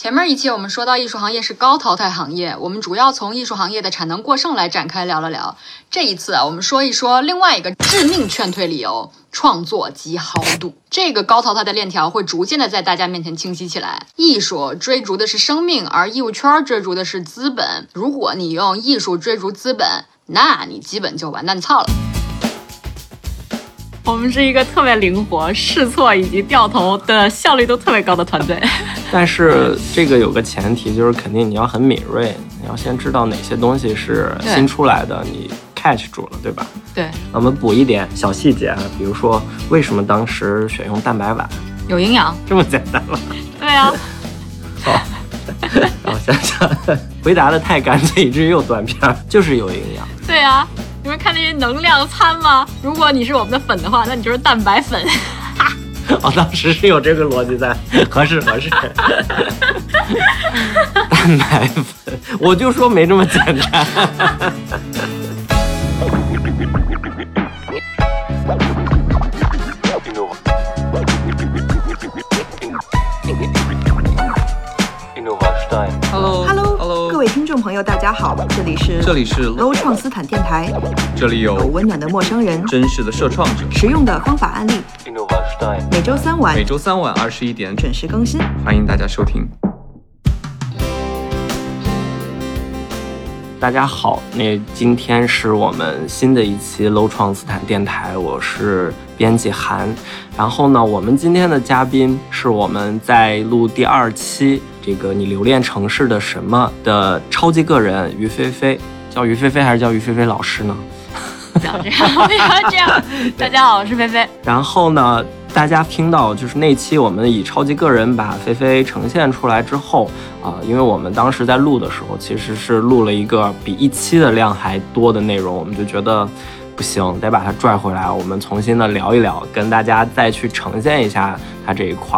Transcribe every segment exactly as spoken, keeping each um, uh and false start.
前面一期我们说到艺术行业是高淘汰行业，我们主要从艺术行业的产能过剩来展开聊了聊。这一次啊，我们说一说另外一个致命劝退理由：创作及豪赌。这个高淘汰的链条会逐渐的在大家面前清晰起来。艺术追逐的是生命，而艺术圈追逐的是资本。如果你用艺术追逐资本，那你基本就完蛋操了。 我们是一个特别灵活、试错以及掉头的效率都特别高的团队。 但是这个有个前提，就是肯定你要很敏锐，你要先知道哪些东西是新出来的，你 catch 住了，对吧？ 对。 我们补一点小细节啊，比如说为什么当时选用蛋白碗？ 有营养， 这么简单吗？ 对啊。 好，让我想想，回答的太干脆，以至于又断片，就是有营养。 对啊。你们看那些能量餐吗？如果你是我们的粉的话，那你就是蛋白粉。 哦，当时是有这个逻辑在，合适合适。蛋白粉，我就说没这么简单。 Hello Hello Hello， 各位听众朋友，大家好，这里是这里是 Low 创斯坦电台， 这里有温暖的陌生人， 真实的社创者， 实用的方法案例，每周三晚， 每周三晚二十一点准时更新， 欢迎大家收听。 大家好，那今天是我们新的一期 Low 创斯坦电台，我是编辑韩。然后呢，我们今天的嘉宾是我们在录第二期这个你留恋城市的什么的超级个人于菲菲。叫于菲菲还是叫于菲菲老师呢？ 不要这样，不要这样。大家好，我是菲菲。 然后呢，大家听到就是那期我们以超级个人把菲菲呈现出来之后啊、呃，因为我们当时在录的时候其实是录了一个比一期的量还多的内容，我们就觉得不行，得把它拽回来，我们重新的聊一聊，跟大家再去呈现一下它这一块。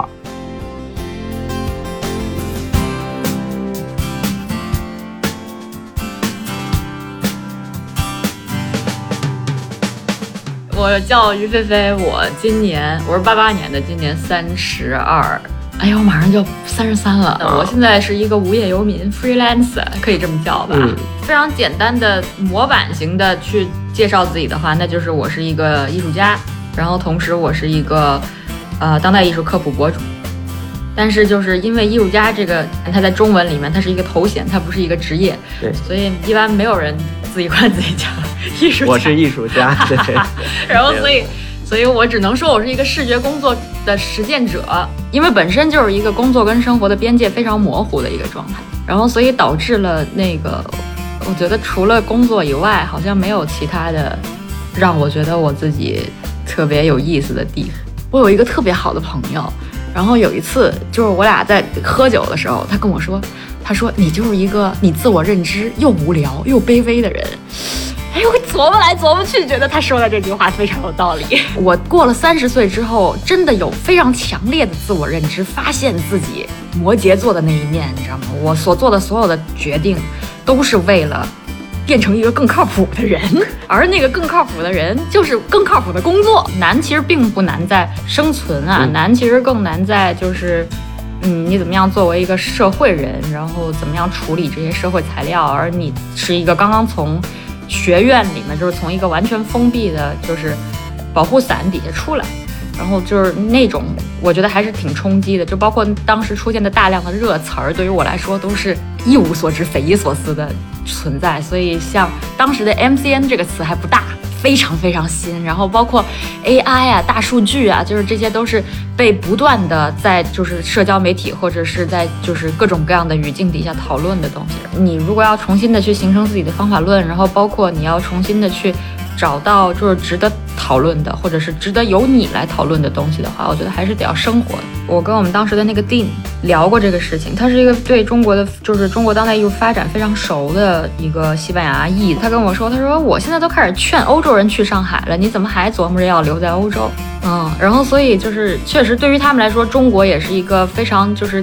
我叫于菲菲，我今年我是八八年的，今年三十二，哎呦，马上就三十三了。 啊、 我现在是一个无业游民 freelancer， 可以这么叫吧、嗯。非常简单的模板型的去介绍自己的话，那就是我是一个艺术家，然后同时我是一个呃当代艺术科普博主。但是就是因为艺术家这个，它在中文里面它是一个头衔，它不是一个职业， 对， 所以一般没有人自己管自己叫艺术家。 我是艺术家，对。 然后所以，所以我只能说我是一个视觉工作的实践者，因为本身就是一个工作跟生活的边界非常模糊的一个状态，然后所以导致了那个，我觉得除了工作以外，好像没有其他的让我觉得我自己特别有意思的地方。我有一个特别好的朋友。然后有一次，就是我俩在喝酒的时候，他跟我说，他说你就是一个你自我认知又无聊又卑微的人。哎，我琢磨来琢磨去，觉得他说的这句话非常有道理。我过了三十岁之后，真的有非常强烈的自我认知，发现自己摩羯座的那一面，你知道吗？我所做的所有的决定，都是为了变成一个更靠谱的人，而那个更靠谱的人就是更靠谱的工作。难其实并不难在生存啊，嗯、难其实更难在就是，嗯，你怎么样作为一个社会人，然后怎么样处理这些社会材料，而你是一个刚刚从学院里面，就是从一个完全封闭的，就是保护伞底下出来。然后就是那种，我觉得还是挺冲击的，就包括当时出现的大量的热词儿，对于我来说都是一无所知、匪夷所思的存在。所以像当时的 M C N 这个词还不大，非常非常新。然后包括 A I 啊、大数据啊，就是这些都是被不断的在就是社交媒体或者是在就是各种各样的语境底下讨论的东西。你如果要重新的去形成自己的方法论，然后包括你要重新的去找到就是值得讨论的，或者是值得由你来讨论的东西的话，我觉得还是得要生活的。我跟我们当时的那个 Dean 聊过这个事情，他是一个对中国的就是中国当代艺术发展非常熟的一个西班牙裔，他跟我说，他说我现在都开始劝欧洲人去上海了，你怎么还琢磨着要留在欧洲？嗯，然后所以就是确实对于他们来说，中国也是一个非常就是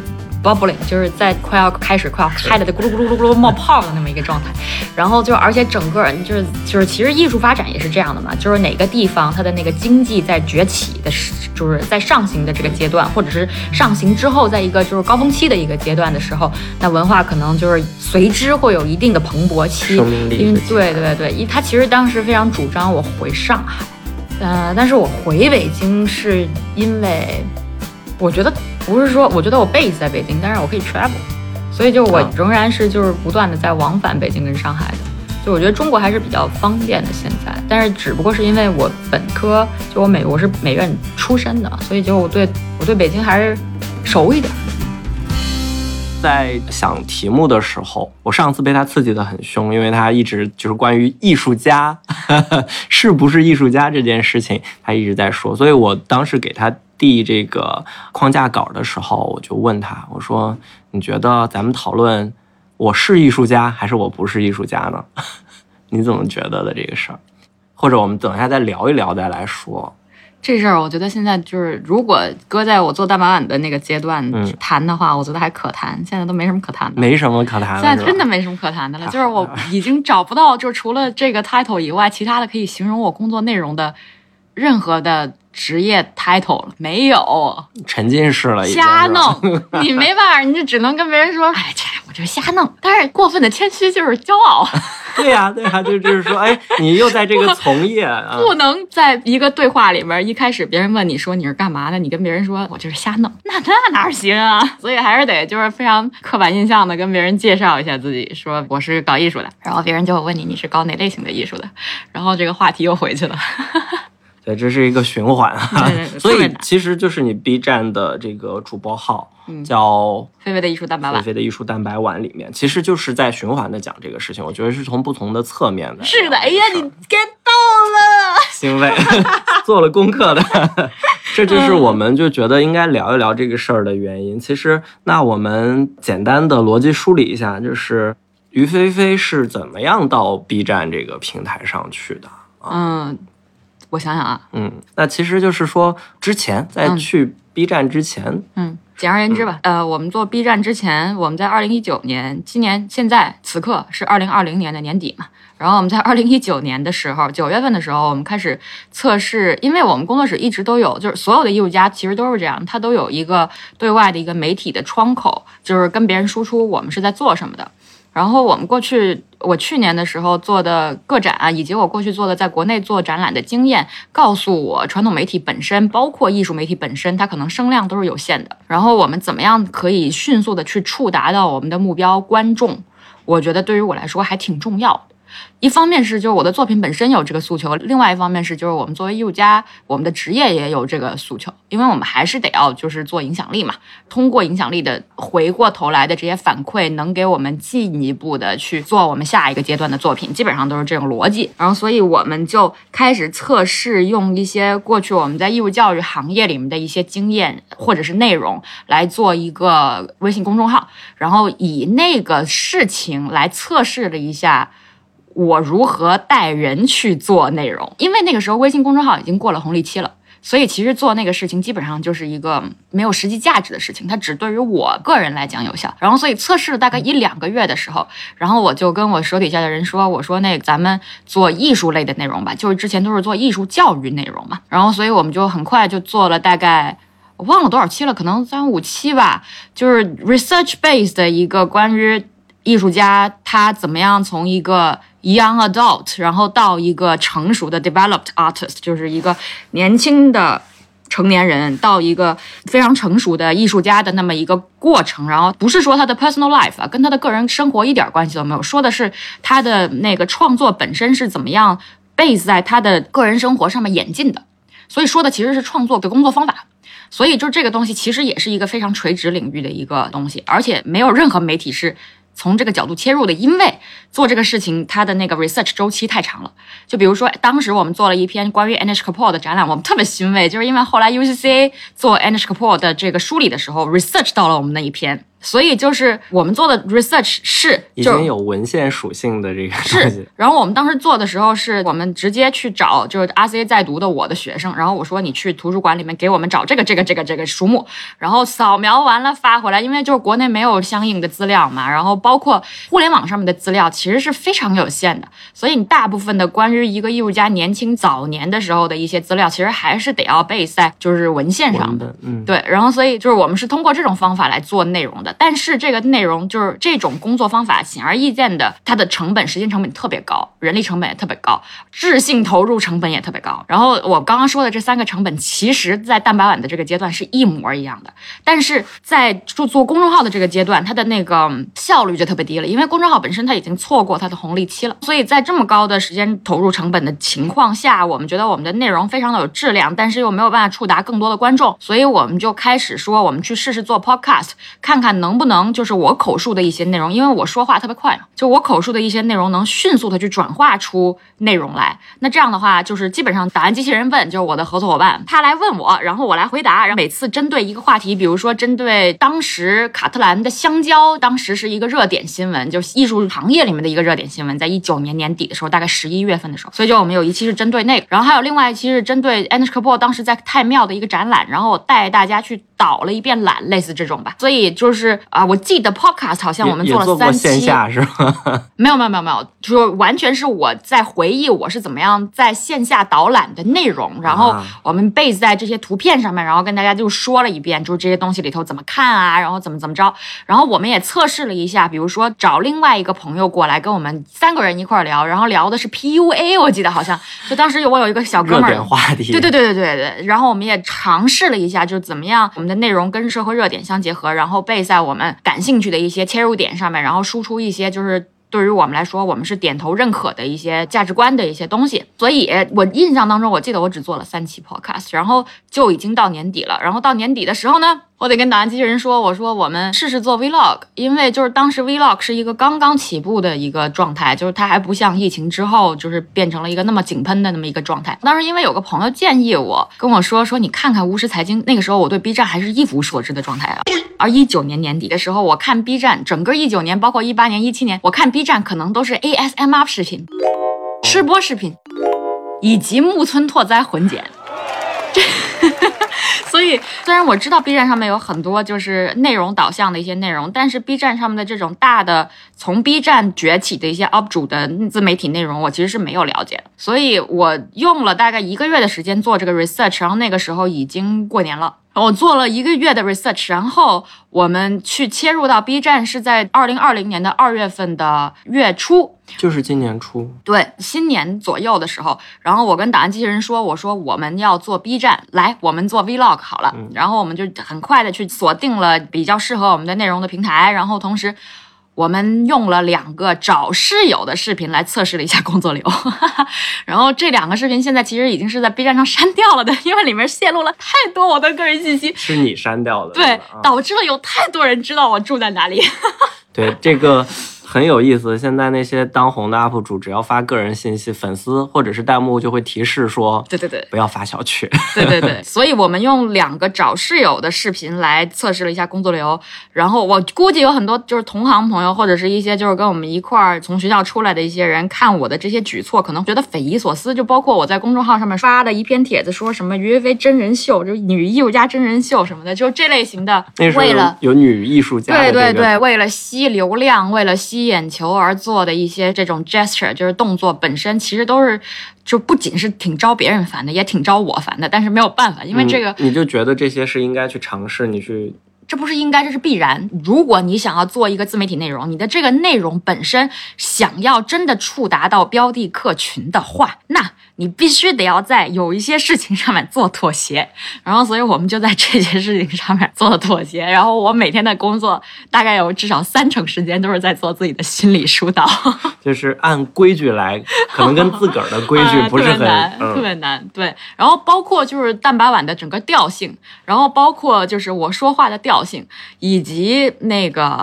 bubbling， 就是在快要开始快要开了的咕噜咕噜咕噜咕噜冒泡的那么一个状态。然后就而且整个就是就是其实艺术发展也是这样的嘛，就是哪个地方它的那个经济在崛起的，就是在上行的这个阶段，或者是上行之后，在一个就是高峰期的一个阶段的时候，那文化可能就是随之会有一定的蓬勃期。 生命力因为对对对，他其实当时非常主张我回上海，呃，但是我回北京是因为我觉得不是说我觉得我 base 在北京，但是我可以 travel。所以就我仍然是就是不断的在往返北京跟上海的，就我觉得中国还是比较方便的现在，但是只不过是因为我本科就我美我是美院出身的，所以就我对我对北京还是熟一点。 在想题目的时候，我上次被他刺激得很凶，因为他一直就是关于艺术家呵呵是不是艺术家这件事情，他一直在说。所以我当时给他递这个框架稿的时候，我就问他，我说你觉得咱们讨论我是艺术家还是我不是艺术家呢？你怎么觉得的这个事儿？或者我们等一下再聊一聊再来说。 这事儿我觉得现在就是，如果搁在我做大马碗的那个阶段谈的话，嗯、我觉得还可谈。现在都没什么可谈的， 没什么可谈的。 现在真的没什么可谈的了，就是我已经找不到，就是除了这个 title 以外，其他的可以形容我工作内容的任何的职业 title 了，没有。 沉浸式了， 瞎弄，你没办法，你就只能跟别人说，哎，这我这瞎弄。但是过分的谦虚就是骄傲。 对呀、啊，对呀、啊，就就是说，哎，你又在这个从业，啊、 不能在一个对话里边，一开始别人问你说你是干嘛的，你跟别人说我就是瞎弄，那那哪行啊？所以还是得就是非常刻板印象的跟别人介绍一下自己，说我是搞艺术的，然后别人就会问你你是搞哪类型的艺术的，然后这个话题又回去了。 对，这是一个循环啊。 对对对， 所以其实就是你 B 站的这个主播号、嗯、叫菲菲的艺术蛋白碗， 菲菲的艺术蛋白碗里面，其实就是在循环的讲这个事情。我觉得是从不同的侧面的。 是的，哎呀，你 get 到了， 欣慰，做了功课的。这就是我们就觉得应该聊一聊这个事儿的原因。其实，那我们简单的逻辑梳理一下，就是于菲菲是怎么样到 B 站这个平台上去的？ 啊、嗯。我想想啊， 嗯，那其实就是说，之前在去 B 站之前， 嗯，嗯简而言之吧，嗯、呃，我们做 B 站之前，我们在二零一九年，今年现在此刻是二零二零年的年底嘛，然后我们在二零一九年的时候，九月份的时候，我们开始测试，因为我们工作室一直都有，就是所有的艺术家其实都是这样，他都有一个对外的一个媒体的窗口，就是跟别人输出我们是在做什么的。然后我们过去，我去年的时候做的个展啊，以及我过去做的在国内做展览的经验，告诉我传统媒体本身，包括艺术媒体本身，它可能声量都是有限的。然后我们怎么样可以迅速的去触达到我们的目标观众，我觉得对于我来说还挺重要的。一方面是就是我的作品本身有这个诉求，另外一方面是就是我们作为艺术家，我们的职业也有这个诉求，因为我们还是得要就是做影响力嘛，通过影响力的回过头来的这些反馈，能给我们进一步的去做我们下一个阶段的作品，基本上都是这种逻辑。然后所以我们就开始测试用一些过去我们在艺术教育行业里面的一些经验或者是内容来做一个微信公众号，然后以那个事情来测试了一下我如何带人去做内容，因为那个时候微信公众号已经过了红利期了，所以其实做那个事情基本上就是一个没有实际价值的事情，它只对于我个人来讲有效。然后所以测试了大概一两个月的时候，然后我就跟我手底下的人说，我说那个咱们做艺术类的内容吧，就是之前都是做艺术教育内容嘛，然后所以我们就很快就做了大概我忘了多少期了，可能三五期吧，就是 research based 的一个关于艺术家他怎么样从一个 young adult 然后到一个成熟的 developed artist， 就是一个年轻的成年人到一个非常成熟的艺术家的那么一个过程。然后不是说他的 personal life 啊，跟他的个人生活一点关系都没有，说的是他的那个创作本身是怎么样 base 在他的个人生活上面演进的，所以说的其实是创作的工作方法。所以就这个东西其实也是一个非常垂直领域的一个东西，而且没有任何媒体是从这个角度切入的，因为做这个事情它的那个 research 周期太长了。就比如说当时我们做了一篇关于 Anish Kapoor 的展览，我们特别欣慰，就是因为后来 U C C A 做 Anish Kapoor 的这个梳理的时候 research 到了我们那一篇， 所以就是我们做的 research 是已经有文献属性的这个东西是，然后我们当时做的时候是我们直接去找就是 R C A 在读的我的学生，然后我说你去图书馆里面给我们找这个这个这个这个书目，然后扫描完了发回来，因为就是国内没有相应的资料嘛，然后包括互联网上面的资料其实是非常有限的，所以你大部分的关于一个艺术家年轻早年的时候的一些资料，其实还是得要base在就是文献上的， 嗯， 对，然后所以就是我们是通过这种方法来做内容的，但是这个内容就是这种工作方法显而易见的，它的成本、时间成本特别高，人力成本也特别高，质性投入成本也特别高。然后我刚刚说的这三个成本，其实在蛋白碗的这个阶段是一模一样的，但是在做做公众号的这个阶段，它的那个效率就特别低了，因为公众号本身它已经错过它的红利期了，所以在这么高的时间投入成本的情况下，我们觉得我们的内容非常的有质量，但是又没有办法触达更多的观众，所以我们就开始说我们去试试做 podcast， 看看能不能就是我口述的一些内容，因为我说话特别快嘛，就我口述的一些内容能迅速的去转化出内容来。那这样的话，就是基本上答案机器人问，就是我的合作伙伴他来问我，然后我来回答，然后每次针对一个话题，比如说针对当时卡特兰的香蕉，当时是一个热点新闻，就是艺术行业里面的一个热点新闻，在一九年年底的时候，大概十一月份的时候，所以就我们有一期是针对那个，然后还有另外一期是针对 Anish Kapoor 当时在太庙的一个展览，然后我带大家去导了一遍览，类似这种吧。所以就是啊、呃，我记得 podcast 好像我们做了三期， 也做过线下是吗？ 没有没有没有没有，就完全是我在回忆我是怎么样在线下导览的内容，然后我们 base 在这些图片上面，然后跟大家就说了一遍，就是这些东西里头怎么看啊，然后怎么怎么着，然后我们也测试了一下，比如说找另外一个朋友过来跟我们三个人一块聊，然后聊的是 P U A， 我记得好像就当时我有一个小哥们儿， 热点话题， 对对对对对对，然后我们也尝试了一下，就是怎么样我们的内容跟社会热点相结合，然后base在我们感兴趣的一些切入点上面，然后输出一些就是对于我们来说我们是点头认可的一些价值观的一些东西。所以我印象当中我记得我只做了三期 podcast， 然后就已经到年底了，然后到年底的时候呢，我得跟答案机器人说，我说我们试试做 vlog， 因为就是当时 vlog 是一个刚刚起步的一个状态，就是它还不像疫情之后就是变成了一个那么井喷的那么一个状态。当时因为有个朋友建议我跟我说说你看看巫师财经，那个时候我对 B 站还是一无所知的状态啊。而一九年年底的时候，我看 B 站，整个一九年包括一八年、一七年，我看 B 站可能都是 A S M R 视频、吃播视频，以及木村拓哉混剪。所以虽然我知道 B 站上面有很多就是内容导向的一些内容，但是 B 站上面的这种大的从 B 站崛起的一些 U P 主的自媒体内容，我其实是没有了解的。所以我用了大概一个月的时间做这个 research， 然后那个时候已经过年了。我做了一个月的 research， 然后我们去切入到 B 站是在二零二零年的二月份的月初， 就是今年初， 对，新年左右的时候，然后我跟档案机器人说，我说我们要做 B 站，来，我们做 vlog 好了， 嗯、 然后我们就很快的去锁定了比较适合我们的内容的平台，然后同时我们用了两个找室友的视频来测试了一下工作流，然后这两个视频现在其实已经是在 B 站上删掉了的，因为里面泄露了太多我的个人信息， 是你删掉的， 对， 啊、 导致了有太多人知道我住在哪里。 对，这个很有意思。现在那些当红的 U P 主，只要发个人信息，粉丝或者是弹幕就会提示说， 对对对， 不要发小群。 对对对，所以我们用两个找室友的视频来测试了一下工作流，然后我估计有很多就是同行朋友或者是一些就是跟我们一块儿从学校出来的一些人，看我的这些举措可能觉得匪夷所思，就包括我在公众号上面发的一篇帖子，说什么于飞真人秀，就是女艺术家真人秀什么的，就这类型的， 那时候为了有女艺术家的、这个， 对对对，为了吸流量，为了吸眼球而做的一些这种 gesture， 就是动作本身其实都是就不仅是挺招别人烦的，也挺招我烦的，但是没有办法，因为这个、 嗯、你就觉得这些是应该去尝试，你去。 这不是应该，这是必然。如果你想要做一个自媒体内容，你的这个内容本身想要真的触达到标的客群的话，那你必须得要在有一些事情上面做妥协。然后所以我们就在这些事情上面做妥协，然后我每天的工作大概有至少三成时间都是在做自己的心理疏导， 就是按规矩来，可能跟自个儿的规矩不是很、 啊、特别难、嗯、特别难。对，然后包括就是蛋白碗的整个调性，然后包括就是我说话的调性，以及那个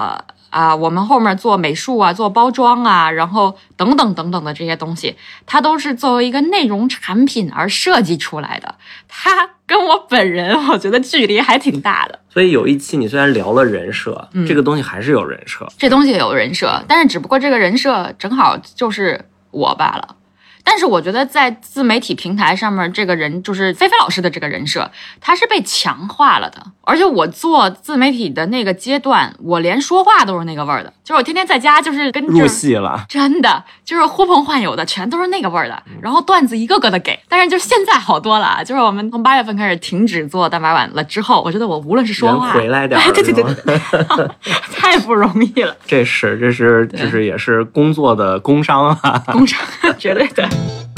啊，我们后面做美术啊，做包装啊，然后等等等等的这些东西，它都是作为一个内容产品而设计出来的。它跟我本人，我觉得距离还挺大的。 所以有一期你虽然聊了人设，嗯、这个东西还是有人设， 这东西有人设，但是只不过这个人设正好就是我罢了。但是我觉得在自媒体平台上面，这个人就是菲菲老师的这个人设，他是被强化了的。而且我做自媒体的那个阶段，我连说话都是那个味儿的，就是我天天在家就是跟入戏了， 真的就是呼朋唤友的，全都是那个味儿的。然后段子一个个的给，但是就现在好多了，就是我们从八月份开始停止做蛋白碗了之后，我觉得我无论是说话， 回来点儿， 对对对对，太不容易了。 这是这是这是也是工作的工伤啊， 工伤绝对的。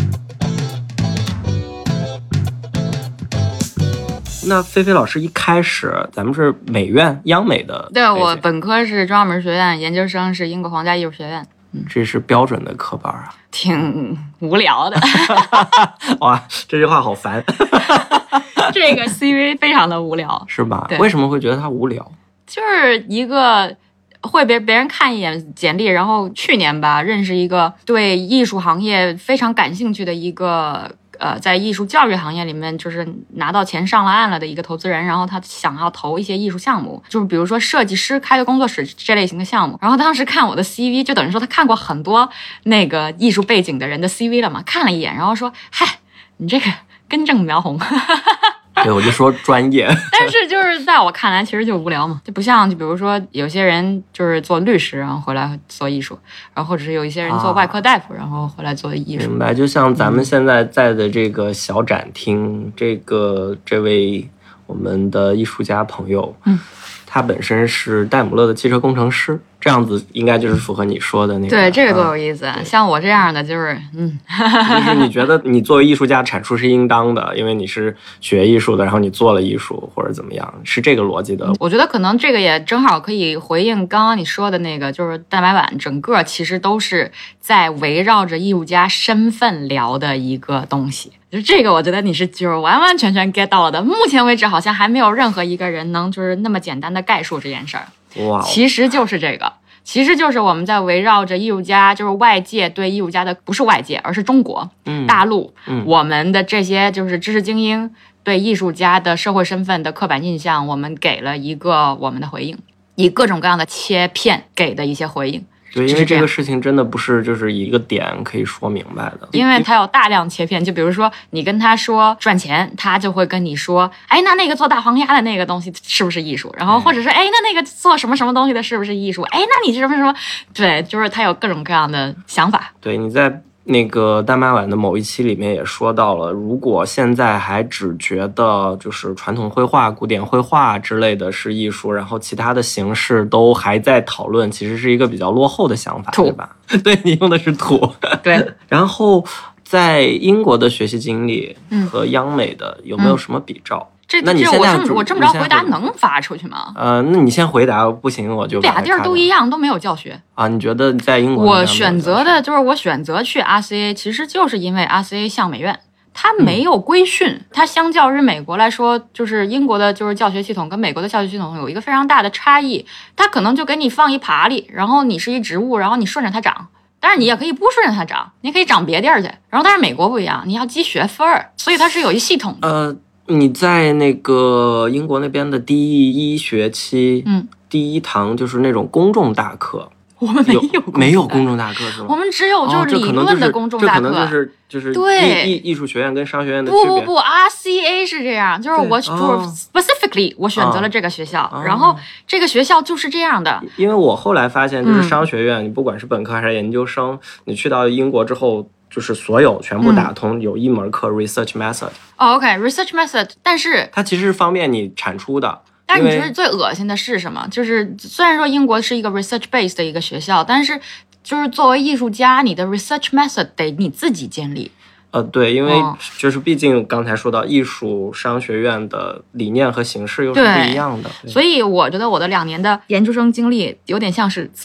那菲菲老师一开始咱们是美院央美的， 对，我本科是中央美术学院，研究生是英国皇家艺术学院。 嗯，这是标准的科班啊， 挺无聊的。 哇，这句话好烦。 这个 C V 非常的无聊， 是吧？为什么会觉得它无聊？ 就是一个会别别人看一眼简历，然后去年吧认识一个对艺术行业非常感兴趣的一个呃，在艺术教育行业里面就是拿到钱上了岸了的一个投资人，然后他想要投一些艺术项目，就是比如说设计师开的工作室这类型的项目。然后当时看我的 C V， 就等于说他看过很多那个艺术背景的人的 C V 了嘛，看了一眼，然后说：“嗨，你这个根正苗红。” 对，我就说专业。 但是就是在我看来，其实就无聊嘛，就不像就比如说有些人就是做律师，然后回来做艺术，然后或者是有一些人做外科大夫，啊、然后回来做艺术。 明白，就像咱们现在在的这个小展厅，嗯、这个这位我们的艺术家朋友，嗯，他本身是戴姆勒的汽车工程师。这样子应该就是符合你说的那个。 对，这个多有意思啊！像我这样的，就是嗯， 就是你觉得你作为艺术家产出是应当的，因为你是学艺术的，然后你做了艺术或者怎么样，是这个逻辑的。 我觉得可能这个也正好可以回应刚刚你说的那个，就是蛋白碗整个其实都是在围绕着艺术家身份聊的一个东西。就是这个，我觉得你是就是完完全全 get 到了的。目前为止，好像还没有任何一个人能就是那么简单的概述这件事儿。 哇， 其实就是这个，其实就是我们在围绕着艺术家，就是外界对艺术家的，不是外界，而是中国、嗯、大陆、嗯，我们的这些就是知识精英对艺术家的社会身份的刻板印象，我们给了一个我们的回应，以各种各样的切片给的一些回应。 对，因为这个事情真的不是就是一个点可以说明白的， 因为它有大量切片。就比如说你跟他说赚钱，他就会跟你说，哎，那那个做大黄鸭的那个东西是不是艺术？然后或者是哎，那那个做什么什么东西的是不是艺术？哎，那你什么什么？对，就是他有各种各样的想法。 对，你在那个蛋白碗的某一期里面也说到了，如果现在还只觉得就是传统绘画、古典绘画之类的是艺术，然后其他的形式都还在讨论，其实是一个比较落后的想法，对吧？对，你用的是土。 对。然后在英国的学习经历和央美的、嗯、有没有什么比照？ 这那你现在我这么我这么着回答能发出去吗？ 呃，那你先回答，不行我就俩地儿都一样，都没有教学啊。你觉得在英国？ 我选择的就是我选择去 R C A， 其实就是因为 R C A 像美院，它没有规训，嗯、它相较于美国来说，就是英国的就是教学系统跟美国的教学系统有一个非常大的差异。它可能就给你放一爬犁，然后你是一植物，然后你顺着它长。但是你也可以不顺着它长，你可以长别地儿去。然后但是美国不一样，你要积学分儿，所以它是有一系统的。 呃。你在那个英国那边的第一学期，嗯，第一堂就是那种公众大课， 我们没有没有公众大课是吗？ 我们只有就是理论的公众大课， 这可能就是就是对艺艺术学院跟商学院的区别。 不不不 ，R C A 是这样，就是我就是 specifically 我选择了这个学校，然后这个学校就是这样的。 因为我后来发现，就是商学院，你不管是本科还是研究生，你去到英国之后。就是所有全部打通，有一门课 research method。 哦 ，OK，research method， 但是它其实是方便你产出的。 但是你觉得最恶心的是什么？就是虽然说英国是一个 research based 的一个学校，但是就是作为艺术家，你的 research method 得你自己建立。 呃，对，因为就是毕竟刚才说到艺术商学院的理念和形式又是不一样的， 所以我觉得我的两年的研究生经历有点像是自学，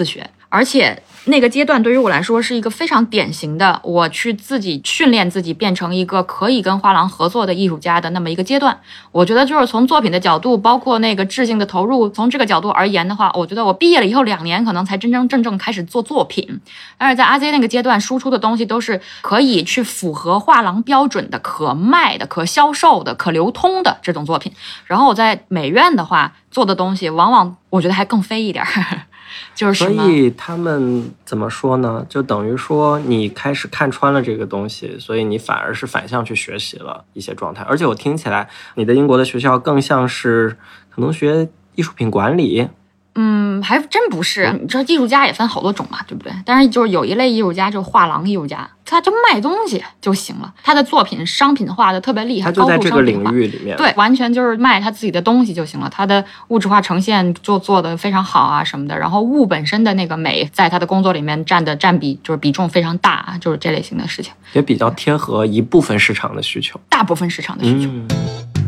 而且那个阶段对于我来说是一个非常典型的，我去自己训练自己变成一个可以跟画廊合作的艺术家的那么一个阶段。我觉得就是从作品的角度，包括那个质性的投入，从这个角度而言的话，我觉得我毕业了以后两年可能才真正正正开始做作品。但是在 R Z 那个阶段输出的东西都是可以去符合画廊标准的、可卖的、可销售的、可流通的这种作品。然后我在美院的话做的东西往往我觉得还更飞一点就是什么， 所以他们怎么说呢？就等于说你开始看穿了这个东西，所以你反而是反向去学习了一些状态。而且我听起来，你的英国的学校更像是可能学艺术品管理。 嗯，还真不是。你知道艺术家也分好多种嘛，对不对？但是就是有一类艺术家，就是画廊艺术家，他就卖东西就行了，他的作品商品化的特别厉害， 他就在这个领域里面， 对，完全就是卖他自己的东西就行了，他的物质化呈现做做的非常好啊什么的，然后物本身的那个美在他的工作里面占的占比就是比重非常大，就是这类型的事情， 也比较贴合一部分市场的需求， 大部分市场的需求。 嗯，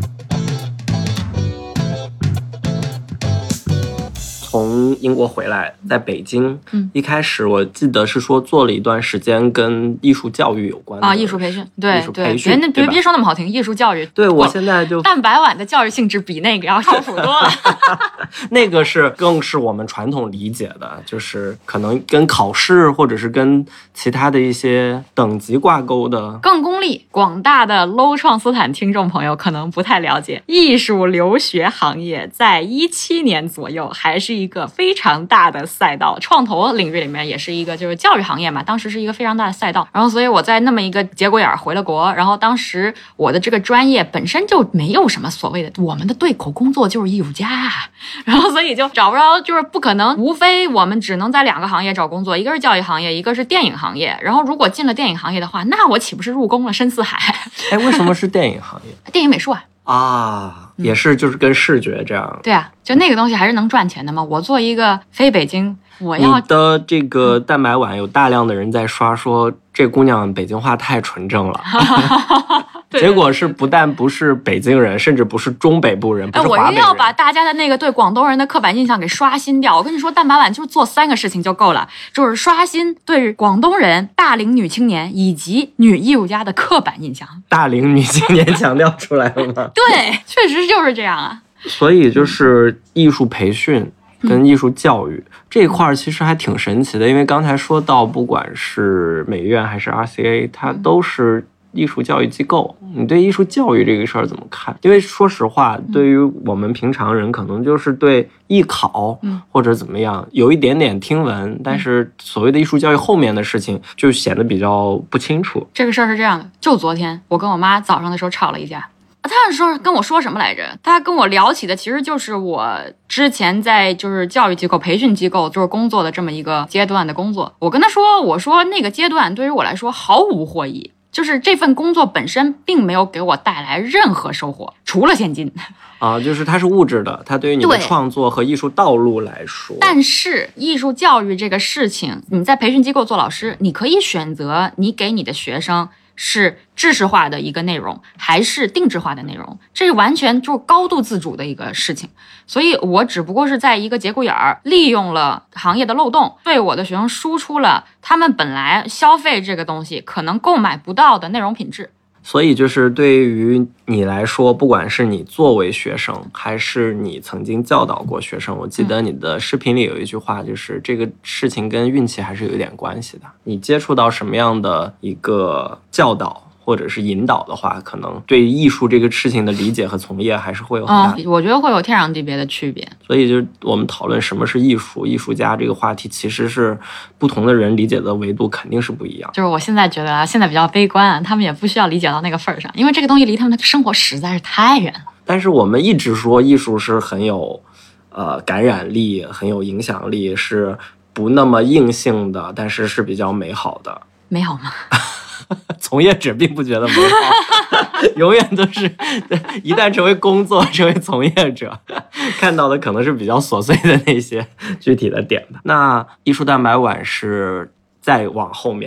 从英国回来，在北京， 嗯， 一开始我记得是说做了一段时间跟艺术教育有关的啊，艺术培训，对艺术培训， 别别别说那么好听，艺术教育。 对，我现在就蛋白碗的教育性质比那个要靠谱多了。 那个是更是我们传统理解的，就是可能跟考试或者是跟其他的一些等级挂钩的， 更功利。广大的 low 创斯坦听众朋友可能不太了解，艺术留学行业在一七年左右还是一个非常大的赛道，创投领域里面也是一个就是教育行业嘛，当时是一个非常大的赛道。然后所以我在那么一个节骨眼回了国，然后当时我的这个专业本身就没有什么所谓的我们的对口工作就是艺术家，然后所以就找不着，就是不可能，无非我们只能在两个行业找工作，一个是教育行业，一个是电影行业。然后如果进了电影行业的话，那我岂不是入宫了深似海？ 哎，为什么是电影行业？ 电影美术啊。 啊，也是就是跟视觉这样。 对啊，就那个东西还是能赚钱的嘛。我做一个非北京，我要你的这个蛋白碗有大量的人在刷说这姑娘北京话太纯正了。 对， 结果是不但不是北京人，甚至不是中北部人，不是华北人。 我一定要把大家的那个对广东人的刻板印象给刷新掉。我跟你说，蛋白碗就是做三个事情就够了，就是刷新对广东人、大龄女青年以及女艺术家的刻板印象。 大龄女青年强调出来了吗？ 对，确实就是这样啊。 所以就是艺术培训跟艺术教育、嗯、这一块其实还挺神奇的，因为刚才说到，不管是美院还是 R C A， 它都是艺术教育机构。你对艺术教育这个事儿怎么看？因为说实话，对于我们平常人可能就是对艺考或者怎么样有一点点听闻，但是所谓的艺术教育后面的事情就显得比较不清楚。 这个事儿是这样的，就昨天我跟我妈早上的时候吵了一架。他说跟我说什么来着？他跟我聊起的其实就是我之前在就是教育机构、培训机构就是工作的这么一个阶段的工作。我跟他说，我说那个阶段对于我来说毫无获益，就是这份工作本身并没有给我带来任何收获，除了现金。 啊，就是它是物质的，它对于你的创作和艺术道路来说。 但是艺术教育这个事情，你在培训机构做老师，你可以选择你给你的学生是知识化的一个内容还是定制化的内容，这完全就是高度自主的一个事情。所以我只不过是在一个节骨眼儿利用了行业的漏洞，对我的学生输出了他们本来消费这个东西可能购买不到的内容品质。 所以就是对于你来说，不管是你作为学生还是你曾经教导过学生，我记得你的视频里有一句话，就是这个事情跟运气还是有一点关系的。你接触到什么样的一个教导或者是引导的话，可能对艺术这个事情的理解和从业还是会有很大的、 嗯、我觉得会有天壤地别的区别。 所以就我们讨论什么是艺术、艺术家这个话题，其实是不同的人理解的维度肯定是不一样。 就是我现在觉得啊，现在比较悲观啊，他们也不需要理解到那个份儿上，因为这个东西离他们的生活实在是太远了。 但是我们一直说艺术是很有呃感染力、很有影响力，是不那么硬性的，但是是比较美好的。 美好吗？ 从业者并不觉得美好，永远都是一旦成为工作、成为从业者，看到的可能是比较琐碎的那些具体的点吧。那艺术蛋白碗是再往后面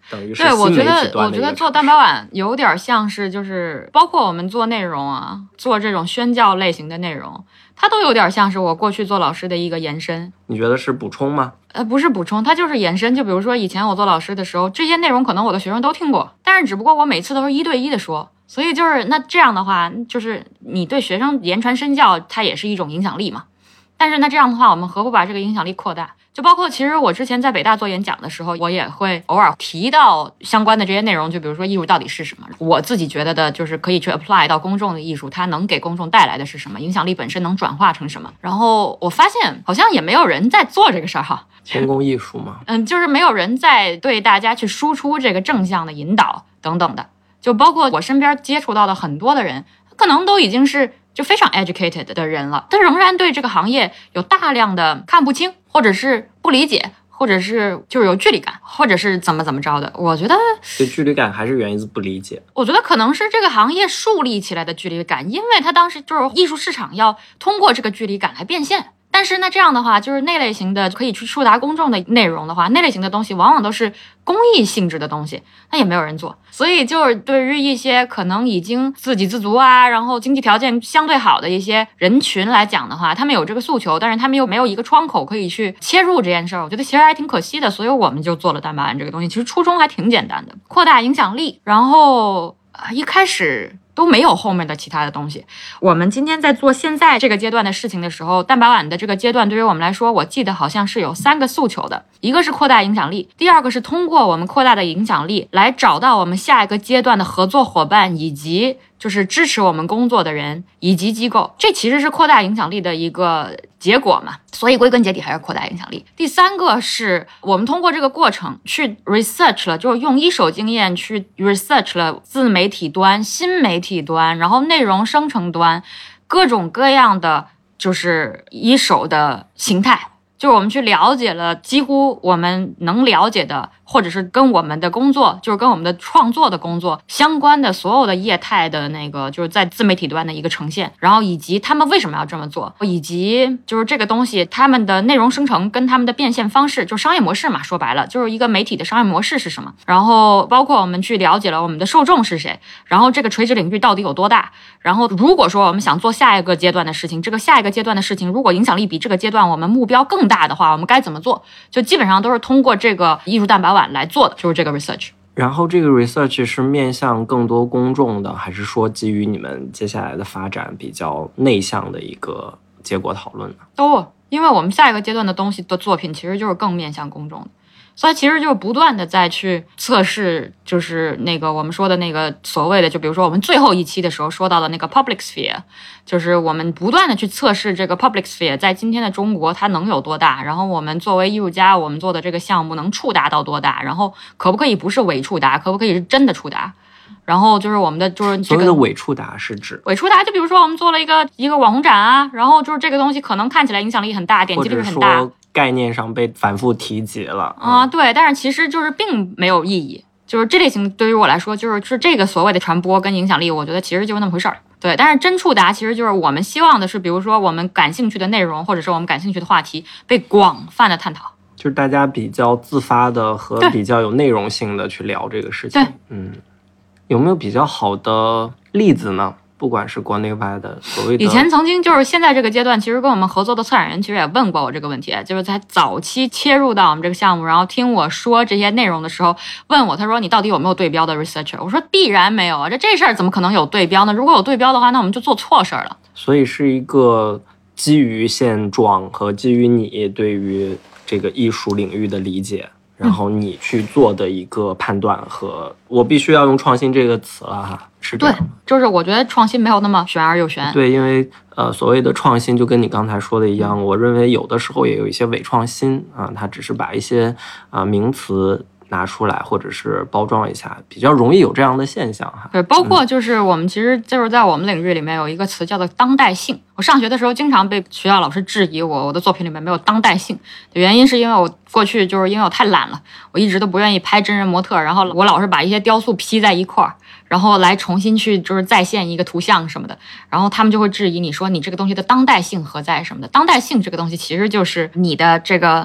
等于是对，我觉得我觉得做蛋白碗碗有点像是就是包括我们做内容啊，做这种宣教类型的内容，它都有点像是我过去做老师的一个延伸。 你觉得是补充吗？ 呃，不是补充，它就是延伸。就比如说以前我做老师的时候，这些内容可能我的学生都听过，但是只不过我每次都是一对一的说，所以就是那这样的话，就是你对学生言传身教，它也是一种影响力嘛。但是那这样的话，我们何不把这个影响力扩大？就包括其实我之前在北大做演讲的时候，我也会偶尔提到相关的这些内容，就比如说艺术到底是什么，我自己觉得的就是可以去 apply 到公众的艺术，它能给公众带来的是什么，影响力本身能转化成什么。然后我发现好像也没有人在做这个事儿哈， 公共艺术嘛， 嗯，就是没有人在对大家去输出这个正向的引导等等的。就包括我身边接触到的很多的人，可能都已经是就非常 educated 的人了，他仍然对这个行业有大量的看不清，或者是不理解，或者是就是有距离感，或者是怎么怎么着的。我觉得对距离感还是源于不理解。 我觉得可能是这个行业树立起来的距离感，因为他当时就是艺术市场要通过这个距离感来变现。但是那这样的话，就是那类型的可以去触达公众的内容的话，那类型的东西往往都是公益性质的东西，那也没有人做。所以就是对于一些可能已经自给自足啊，然后经济条件相对好的一些人群来讲的话，他们有这个诉求，但是他们又没有一个窗口可以去切入这件事儿，我觉得其实还挺可惜的。所以我们就做了蛋白碗这个东西，其实初衷还挺简单的，扩大影响力。然后一开始都没有后面的其他的东西。我们今天在做现在这个阶段的事情的时候，蛋白碗的这个阶段对于我们来说，我记得好像是有三个诉求的，一个是扩大影响力，第二个是通过我们扩大的影响力来找到我们下一个阶段的合作伙伴，以及就是支持我们工作的人以及机构，这其实是扩大影响力的一个结果嘛，所以归根结底还是扩大影响力。第三个是我们通过这个过程去 research 了，就是用一手经验去 research 了自媒体端、新媒体端，然后内容生成端，各种各样的就是一手的形态，就是我们去了解了几乎我们能了解的，或者是跟我们的工作，就是跟我们的创作的工作相关的所有的业态的那个，就是在自媒体端的一个呈现，然后以及他们为什么要这么做，以及就是这个东西他们的内容生成跟他们的变现方式，就商业模式嘛，说白了就是一个媒体的商业模式是什么，然后包括我们去了解了我们的受众是谁，然后这个垂直领域到底有多大，然后如果说我们想做下一个阶段的事情，这个下一个阶段的事情如果影响力比这个阶段我们目标更大的话，我们该怎么做，就基本上都是通过这个艺术蛋白碗来做的，就是这个 research。 然后这个 research 是面向更多公众的，还是说基于你们接下来的发展比较内向的一个结果讨论呢？ 都，因为我们下一个阶段的东西的作品其实就是更面向公众的，所以其实就是不断的在去测试，就是那个我们说的那个所谓的，就比如说我们最后一期的时候说到的那个 public sphere， 就是我们不断的去测试这个 public sphere 在今天的中国它能有多大，然后我们作为艺术家，我们做的这个项目能触达到多大，然后可不可以不是伪触达，可不可以是真的触达。然后就是我们的就是这个所谓的伪触达是指伪触达，就比如说我们做了一个一个网红展啊，然后就是这个东西可能看起来影响力很大，点击率很大， 概念上被反复提及了啊、嗯，对，但是其实就是并没有意义。就是这类型对于我来说，就是是这个所谓的传播跟影响力，我觉得其实就是那么回事儿。对，但是真触达其实就是我们希望的是，比如说我们感兴趣的内容，或者是我们感兴趣的话题被广泛的探讨， 就是大家比较自发的和比较有内容性的去聊这个事情。 对， 嗯，有没有比较好的例子呢？不管是国内外的所谓的， 以前曾经就是现在这个阶段，其实跟我们合作的策展人其实也问过我这个问题，就是在早期切入到我们这个项目，然后听我说这些内容的时候，问我，他说你到底有没有对标的 researcher？ 我说必然没有啊，这这事儿怎么可能有对标呢？如果有对标的话，那我们就做错事儿了。 所以是一个基于现状和基于你对于这个艺术领域的理解，然后你去做的一个判断和，我必须要用创新这个词了哈。是这样， 对，就是我觉得创新没有那么玄而又玄。 对，因为呃，所谓的创新就跟你刚才说的一样，我认为有的时候也有一些伪创新啊，它只是把一些啊、呃、名词拿出来，或者是包装一下，比较容易有这样的现象哈。 对，包括就是我们其实就是在我们领域里面有一个词叫做当代性。我上学的时候经常被学校老师质疑我，我的作品里面没有当代性的原因是因为我过去就是因为我太懒了，我一直都不愿意拍真人模特，然后我老是把一些雕塑 P 在一块儿，然后来重新去就是再现一个图像什么的，然后他们就会质疑你说你这个东西的当代性何在什么的。当代性这个东西其实就是你的这个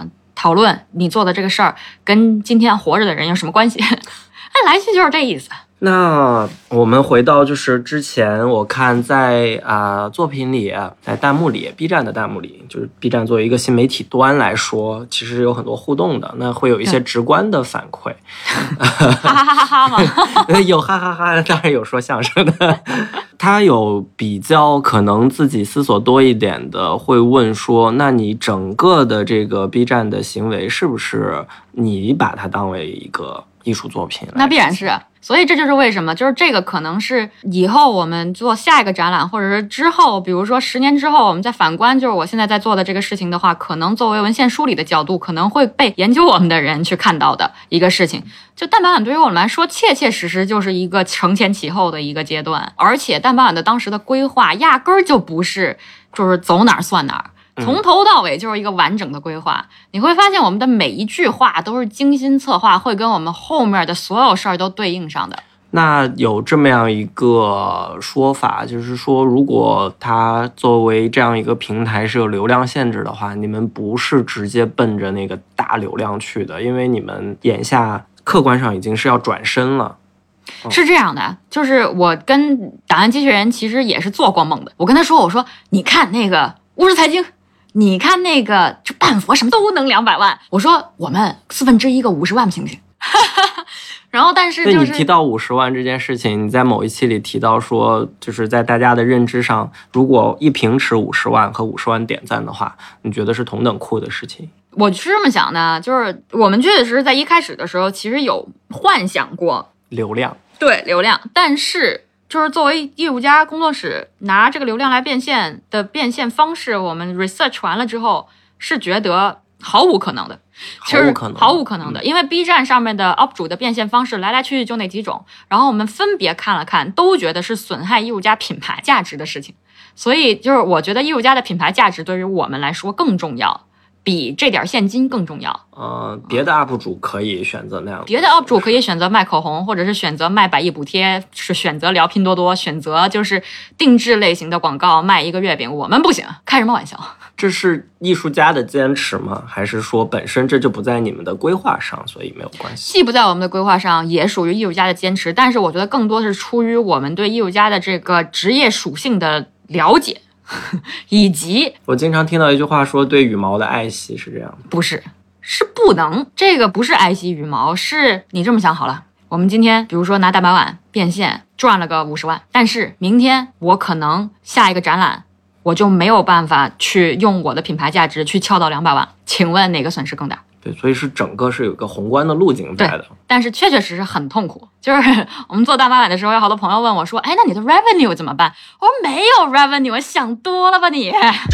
讨论你做的这个事儿跟今天活着的人有什么关系。哎，来去就是这意思。 那我们回到就是之前我看在啊、呃、作品里，在弹幕里 B 站的弹幕里，就是 B 站作为一个新媒体端来说，其实有很多互动的，那会有一些直观的反馈。 哈哈哈哈哈吗？ 有哈哈哈，当然有说相声的。他有比较可能自己思索多一点的会问说，那你整个的这个 B 站的行为是不是你把它当为一个艺术作品？ 那必然是。所以这就是为什么，就是这个可能是以后我们做下一个展览，或者是之后，比如说十年之后，我们再反观，就是我现在在做的这个事情的话，可能作为文献梳理的角度，可能会被研究我们的人去看到的一个事情。就蛋白碗对于我们来说，切切实实就是一个承前启后的一个阶段，而且蛋白碗的当时的规划压根儿就不是就是走哪儿算哪儿。从头到尾就是一个完整的规划，你会发现我们的每一句话都是精心策划，会跟我们后面的所有事儿都对应上的。 那有这么样一个说法，就是说如果它作为这样一个平台是有流量限制的话，你们不是直接奔着那个大流量去的，因为你们眼下客观上已经是要转身了。 是这样的，就是我跟档案机器人其实也是做过梦的。我跟他说，我说你看那个乌日财经，你看那个就半佛什么都能两百万，我说我们四分之一个五十万行不行？然后但是就是你提到五十万这件事情，你在某一期里提到说，就是在大家的认知上，如果一平持五十万和五十万点赞的话，你觉得是同等酷的事情？ 我是这么想的，就是我们确实是在一开始的时候其实有幻想过流量， 对流量，但是就是作为艺术家工作室拿这个流量来变现的变现方式，我们 research 完了之后是觉得毫无可能的，其实毫无可能的， 嗯、 因为 B 站上面的 U P 主的变现方式来来去去就那几种，然后我们分别看了看，都觉得是损害艺术家品牌价值的事情，所以就是我觉得艺术家的品牌价值对于我们来说更重要，比这点现金更重要。 呃，别的 U P 主可以选择那样， 别的 U P 主可以选择卖口红，或者是选择卖百亿补贴，是选择聊拼多多，选择就是定制类型的广告卖一个月饼。我们不行，开什么玩笑？ 这是艺术家的坚持吗？还是说本身这就不在你们的规划上，所以没有关系？ 既不在我们的规划上，也属于艺术家的坚持，但是我觉得更多是出于我们对艺术家的这个职业属性的了解。以及我经常听到一句话说，对羽毛的爱惜是这样的， 不是，是不能，这个不是爱惜羽毛，是你这么想好了，我们今天比如说拿大白碗变现赚了个五十万，但是明天我可能下一个展览我就没有办法去用我的品牌价值去撬到两百万，请问哪个损失更大？ 对，所以是整个是有一个宏观的路径在的， 但是确确实实很痛苦。就是我们做大白碗的时候，有好多朋友问我说：“哎，那你的 revenue 怎么办？”我说：“没有 revenue， 想多了吧你。”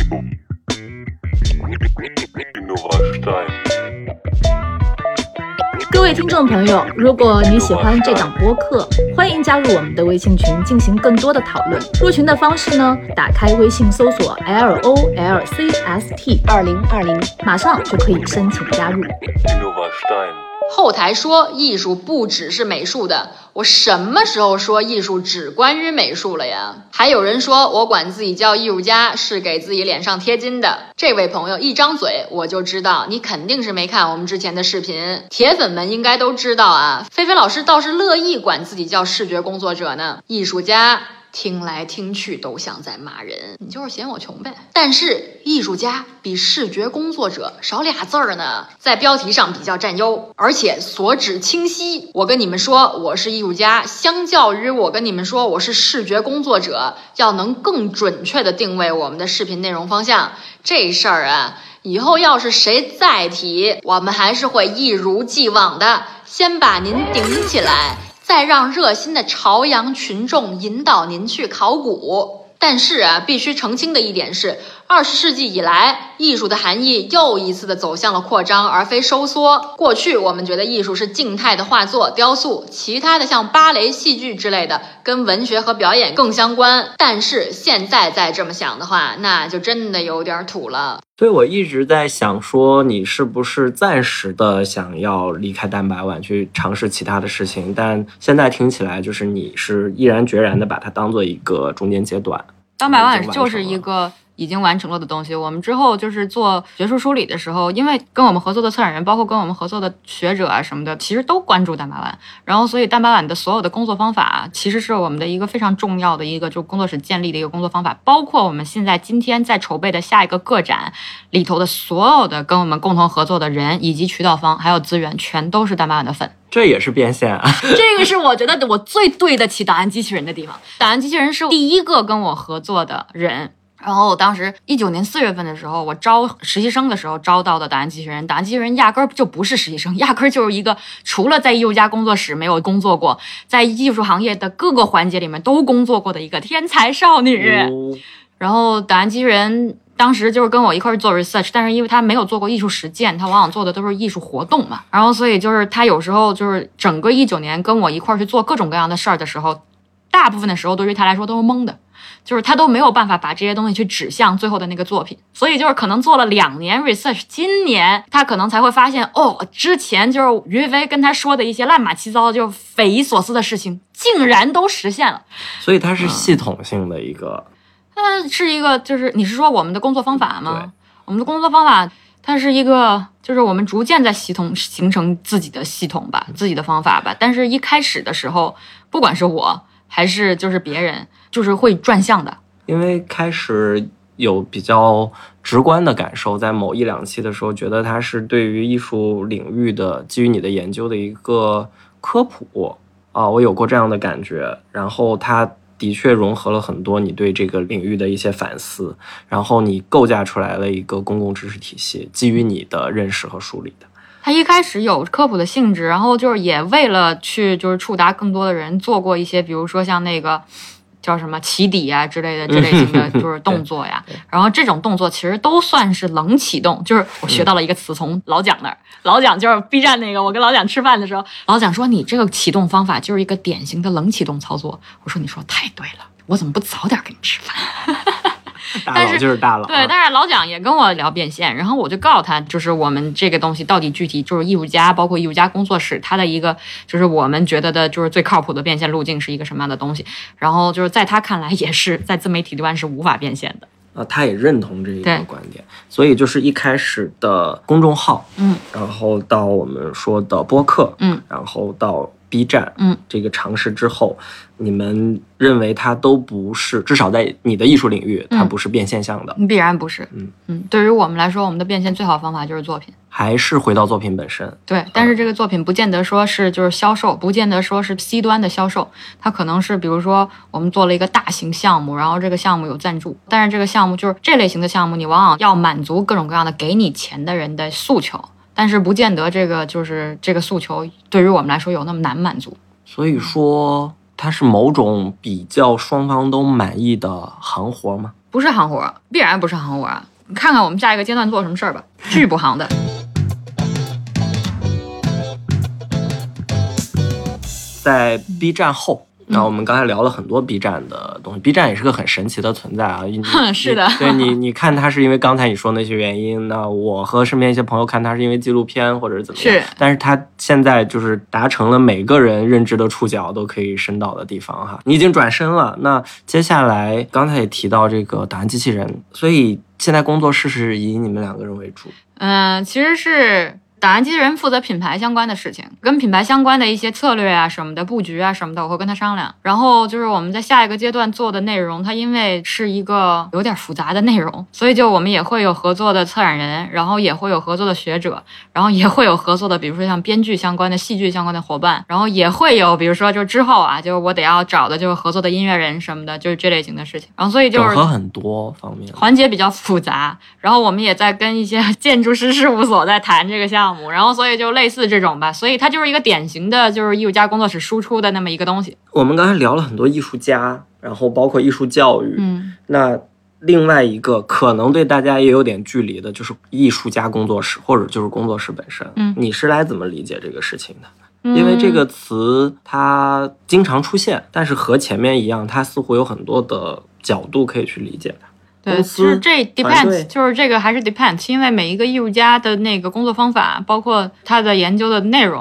各位听众朋友，如果你喜欢这档播客，欢迎加入我们的微信群进行更多的讨论。入群的方式呢，打开微信搜索 L O L C S T 二零二零，马上就可以申请加入。 后台说艺术不只是美术的，我什么时候说艺术只关于美术了呀？还有人说我管自己叫艺术家是给自己脸上贴金的，这位朋友一张嘴我就知道你肯定是没看我们之前的视频，铁粉们应该都知道啊，菲菲老师倒是乐意管自己叫视觉工作者呢，艺术家听来听去都像在骂人，你就是嫌我穷呗。但是艺术家比视觉工作者少俩字儿呢，在标题上比较占优，而且所指清晰。我跟你们说我是艺术家，相较于我跟你们说我是视觉工作者，要能更准确的定位我们的视频内容方向。这事儿啊，以后要是谁再提，我们还是会一如既往的先把您顶起来，再让热心的朝阳群众引导您去考古。但是啊，必须澄清的一点是，二十世纪以来，艺术的含义又一次的走向了扩张，而非收缩。过去我们觉得艺术是静态的画作、雕塑，其他的像芭蕾、戏剧之类的，跟文学和表演更相关。但是现在再这么想的话，那就真的有点土了。 所以我一直在想说，你是不是暂时的想要离开蛋白碗去尝试其他的事情，但现在听起来就是你是毅然决然的把它当做一个中间阶段。 蛋白碗就是一个已经完成了的东西。我们之后就是做学术梳理的时候，因为跟我们合作的策展人，包括跟我们合作的学者啊什么的，其实都关注单八晚，然后所以单八晚的所有的工作方法，其实是我们的一个非常重要的一个就工作室建立的一个工作方法，包括我们现在今天在筹备的下一个个展里头的所有的跟我们共同合作的人以及渠道方还有资源，全都是单八晚的粉。 这也是变现啊！ 这个是我觉得我最对得起档案机器人的地方。档案机器人是第一个跟我合作的人。然后当时一九年四月份的时候，我招实习生的时候招到的档案机器人，档案机器人压根儿就不是实习生，压根儿就是一个除了在艺术家工作室没有工作过，在艺术行业的各个环节里面都工作过的一个天才少女。哦、然后档案机器人当时就是跟我一块儿做 research， 但是因为他没有做过艺术实践，他往往做的都是艺术活动嘛，然后所以就是他有时候就是整个一九年跟我一块儿去做各种各样的事儿的时候，大部分的时候对于他来说都是懵的。就是他都没有办法把这些东西去指向最后的那个作品，所以就是可能做了两年 research， 今年他可能才会发现，哦，之前就是于飞跟他说的一些乱码七糟、就匪夷所思的事情，竟然都实现了。 所以它是系统性的一个， 它是一个，就是你是说我们的工作方法吗？我们的工作方法，它是一个，就是我们逐渐在系统形成自己的系统吧，自己的方法吧。但是一开始的时候，不管是我还是就是别人，就是会转向的。 因为开始有比较直观的感受，在某一两期的时候，觉得它是对于艺术领域的基于你的研究的一个科普啊，我有过这样的感觉。然后它的确融合了很多你对这个领域的一些反思，然后你构架出来了一个公共知识体系，基于你的认识和梳理的。 它一开始有科普的性质，然后就是也为了去就是触达更多的人，做过一些比如说像那个叫什么起底啊之类的这类型的就是动作呀。然后这种动作其实都算是冷启动，就是我学到了一个词，从老蒋那儿，老蒋就是 B 站那个，我跟老蒋吃饭的时候，老蒋说你这个启动方法就是一个典型的冷启动操作。我说你说太对了，我怎么不早点跟你吃饭？ 大佬就是大佬， 对，但是老蒋也跟我聊变现，然后我就告诉他，就是我们这个东西到底具体就是艺术家，包括艺术家工作室，它的一个就是我们觉得的就是最靠谱的变现路径是一个什么样的东西，然后就是在他看来也是在自媒体端是无法变现的。 啊，他也认同这一个观点，所以就是一开始的公众号， 嗯， 然后到我们说的播客， 嗯， 然后到 B 站， 嗯， 这个尝试之后，你们认为它都不是，至少在你的艺术领域，它不是变现向的， 嗯、必然不是， 嗯嗯，对于我们来说，我们的变现最好的方法就是作品。 还是回到作品本身， 对，但是这个作品不见得说是就是销售，不见得说是 C 端的销售，它可能是比如说我们做了一个大型项目，然后这个项目有赞助，但是这个项目就是这类型的项目，你往往要满足各种各样的给你钱的人的诉求，但是不见得这个就是这个诉求对于我们来说有那么难满足。 所以说它是某种比较双方都满意的行活吗？ 不是行活，必然不是行活啊！你看看我们下一个阶段做什么事儿吧，巨不行的。 在 B 站后，然后我们刚才聊了很多 B 站的东西， B 站也是个很神奇的存在啊。 是的， 对你，你看它是因为刚才你说那些原因，那我和身边一些朋友看它是因为纪录片或者怎么样， 是， 但是它现在就是达成了每个人认知的触角都可以伸到的地方哈。你已经转身了，那接下来刚才也提到这个档案机器人，所以现在工作室是以你们两个人为主。 嗯，其实是档案机器人负责品牌相关的事情，跟品牌相关的一些策略啊什么的，布局啊什么的，我会跟他商量。然后就是我们在下一个阶段做的内容，它因为是一个有点复杂的内容，所以就我们也会有合作的策展人，然后也会有合作的学者，然后也会有合作的比如说像编剧相关的、戏剧相关的伙伴，然后也会有比如说就之后啊，就是我得要找的就是合作的音乐人什么的，就是这类型的事情。然后所以就是整合很多方面， 环节比较复杂。然后我们也在跟一些建筑师事务所在谈这个项目，然后所以就类似这种吧，所以它就是一个典型的就是艺术家工作室输出的那么一个东西。 我们刚才聊了很多艺术家，然后包括艺术教育， 嗯， 那另外一个可能对大家也有点距离的就是艺术家工作室，或者就是工作室本身。 嗯， 你是来怎么理解这个事情的？因为这个词它经常出现，但是和前面一样，它似乎有很多的角度可以去理解的。 对，其实这 depends， 就是这个还是 depends， 因为每一个艺术家的那个工作方法，包括他的研究的内容，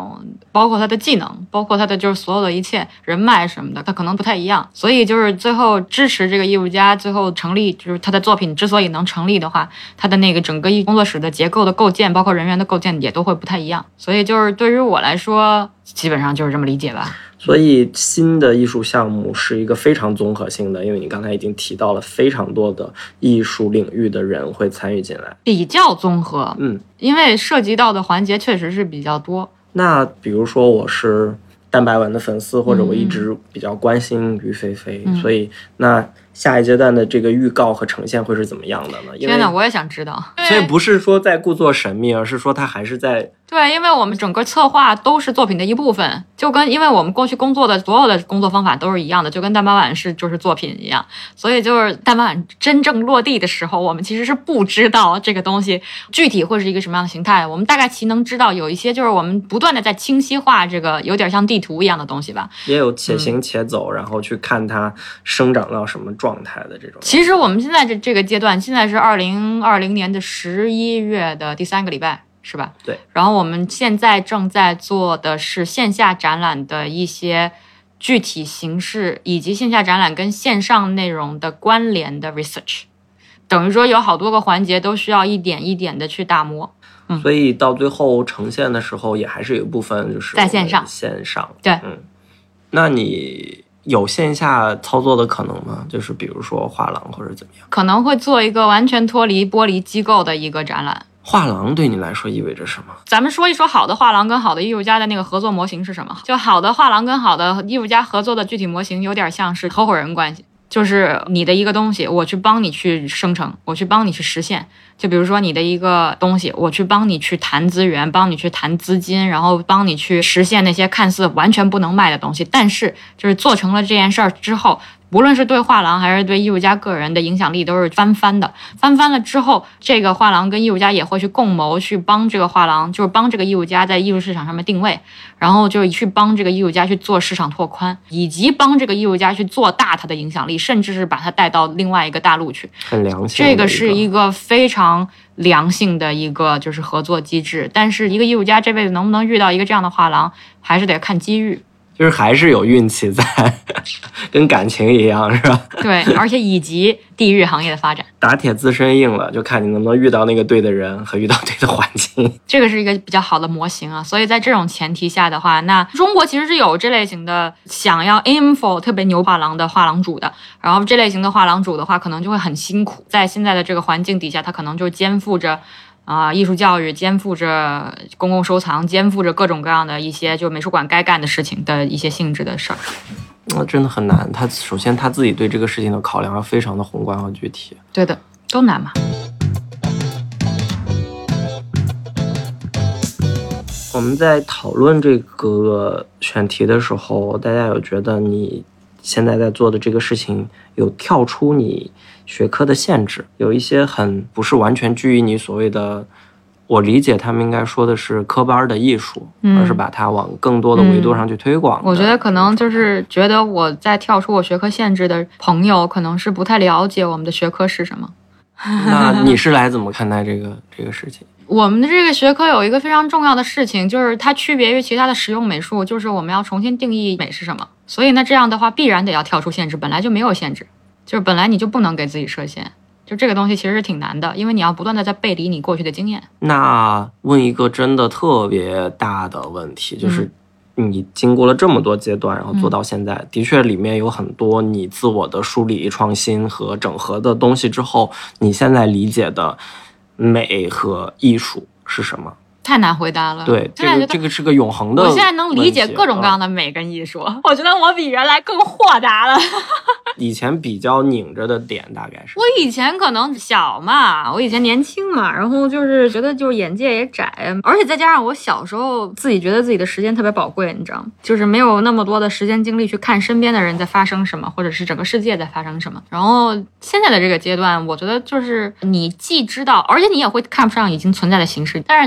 包括他的技能，包括他的就是所有的一切人脉什么的，他可能不太一样。所以就是最后支持这个艺术家最后成立，就是他的作品之所以能成立的话，他的那个整个工作室的结构的构建，包括人员的构建也都会不太一样。所以就是对于我来说，基本上就是这么理解吧。 所以新的艺术项目是一个非常综合性的，因为你刚才已经提到了非常多的艺术领域的人会参与进来， 比较综合， 嗯， 因为涉及到的环节确实是比较多。 那比如说我是蛋白文的粉丝，或者我一直比较关心于菲菲、嗯、所以那下一阶段的这个预告和呈现会是怎么样的呢？ 天哪，我也想知道。 所以不是说在故作神秘，而是说它还是在对，因为我们整个策划都是作品的一部分，就跟因为我们过去工作的所有的工作方法都是一样的，就跟蛋白碗是就是作品一样，所以就是蛋白碗真正落地的时候，我们其实是不知道这个东西具体会是一个什么样的形态，我们大概其能知道有一些就是我们不断的在清晰化这个有点像地图一样的东西吧， 也有且行且走、嗯、然后去看它生长到什么状态的这种。 其实我们现在这这个阶段，现在是二零二零年的十一月的第三个礼拜。是吧？ 对。 然后我们现在正在做的是线下展览的一些具体形式，以及线下展览跟线上内容的关联的 research， 等于说有好多个环节都需要一点一点的去打磨。嗯。 所以到最后呈现的时候，也还是有一部分就是在线上。 线上。 对。 嗯。那你有线下操作的可能吗？就是比如说画廊或者怎么样？ 可能会做一个完全脱离玻璃机构的一个展览。 画廊对你来说意味着什么？ 咱们说一说好的画廊跟好的艺术家的那个合作模型是什么？就好的画廊跟好的艺术家合作的具体模型有点像是合伙人关系，就是你的一个东西，我去帮你去生成，我去帮你去实现。就比如说你的一个东西，我去帮你去谈资源，帮你去谈资金，然后帮你去实现那些看似完全不能卖的东西，但是就是做成了这件事儿之后，无论是对画廊还是对艺术家个人的影响力都是翻番的。翻番了之后，这个画廊跟艺术家也会去共谋，去帮这个画廊，就是帮这个艺术家在艺术市场上面定位，然后就去帮这个艺术家去做市场拓宽，以及帮这个艺术家去做大他的影响力，甚至是把他带到另外一个大陆去。 很良性， 这个是一个非常良性的一个就是合作机制。但是一个艺术家这辈子能不能遇到一个这样的画廊，还是得看机遇。 就是还是有运气在，跟感情一样，是吧？ 对，而且以及地域行业的发展， 打铁自身硬了，就看你能不能遇到那个对的人和遇到对的环境。 这个是一个比较好的模型啊，所以在这种前提下的话，那中国其实是有这类型的想要 aim for 特别牛画廊的画廊主的，然后这类型的画廊主的话，可能就会很辛苦，在现在的这个环境底下，他可能就肩负着。啊、呃，艺术教育肩负着公共收藏，肩负着各种各样的一些就美术馆该干的事情的一些性质的事儿。 那真的很难。他首先他自己对这个事情的考量要非常的宏观和具体。 对的，都难嘛。 我们在讨论这个选题的时候，大家有觉得你现在在做的这个事情有跳出你学科的限制，有一些很不是完全居于你所谓的，我理解他们应该说的是科班的艺术、嗯、而是把它往更多的维度上去推广、嗯、 我觉得可能就是觉得我在跳出我学科限制的朋友可能是不太了解我们的学科是什么。 那你是来怎么看待这个这个事情？ 我们的这个学科有一个非常重要的事情，就是它区别于其他的实用美术，就是我们要重新定义美是什么。所以呢，这样的话必然得要跳出限制，本来就没有限制，就是本来你就不能给自己设限。就这个东西其实是挺难的，因为你要不断的在背离你过去的经验。 那问一个真的特别大的问题，就是你经过了这么多阶段，然后做到现在、嗯、的确里面有很多你自我的梳理、创新和整合的东西之后，你现在理解的美和艺术是什么？ 太难回答了。 对，这个这个是个永恒的。 我现在能理解各种各样的美跟艺术、嗯、我觉得我比原来更豁达了。 以前比较拧着的点大概是， 我以前可能小嘛，我以前年轻嘛，然后就是觉得就是眼界也窄，而且再加上我小时候自己觉得自己的时间特别宝贵，你知道吗？就是没有那么多的时间精力去看身边的人在发生什么，或者是整个世界在发生什么。然后现在的这个阶段，我觉得就是你既知道，而且你也会看不上已经存在的形式，但是就是年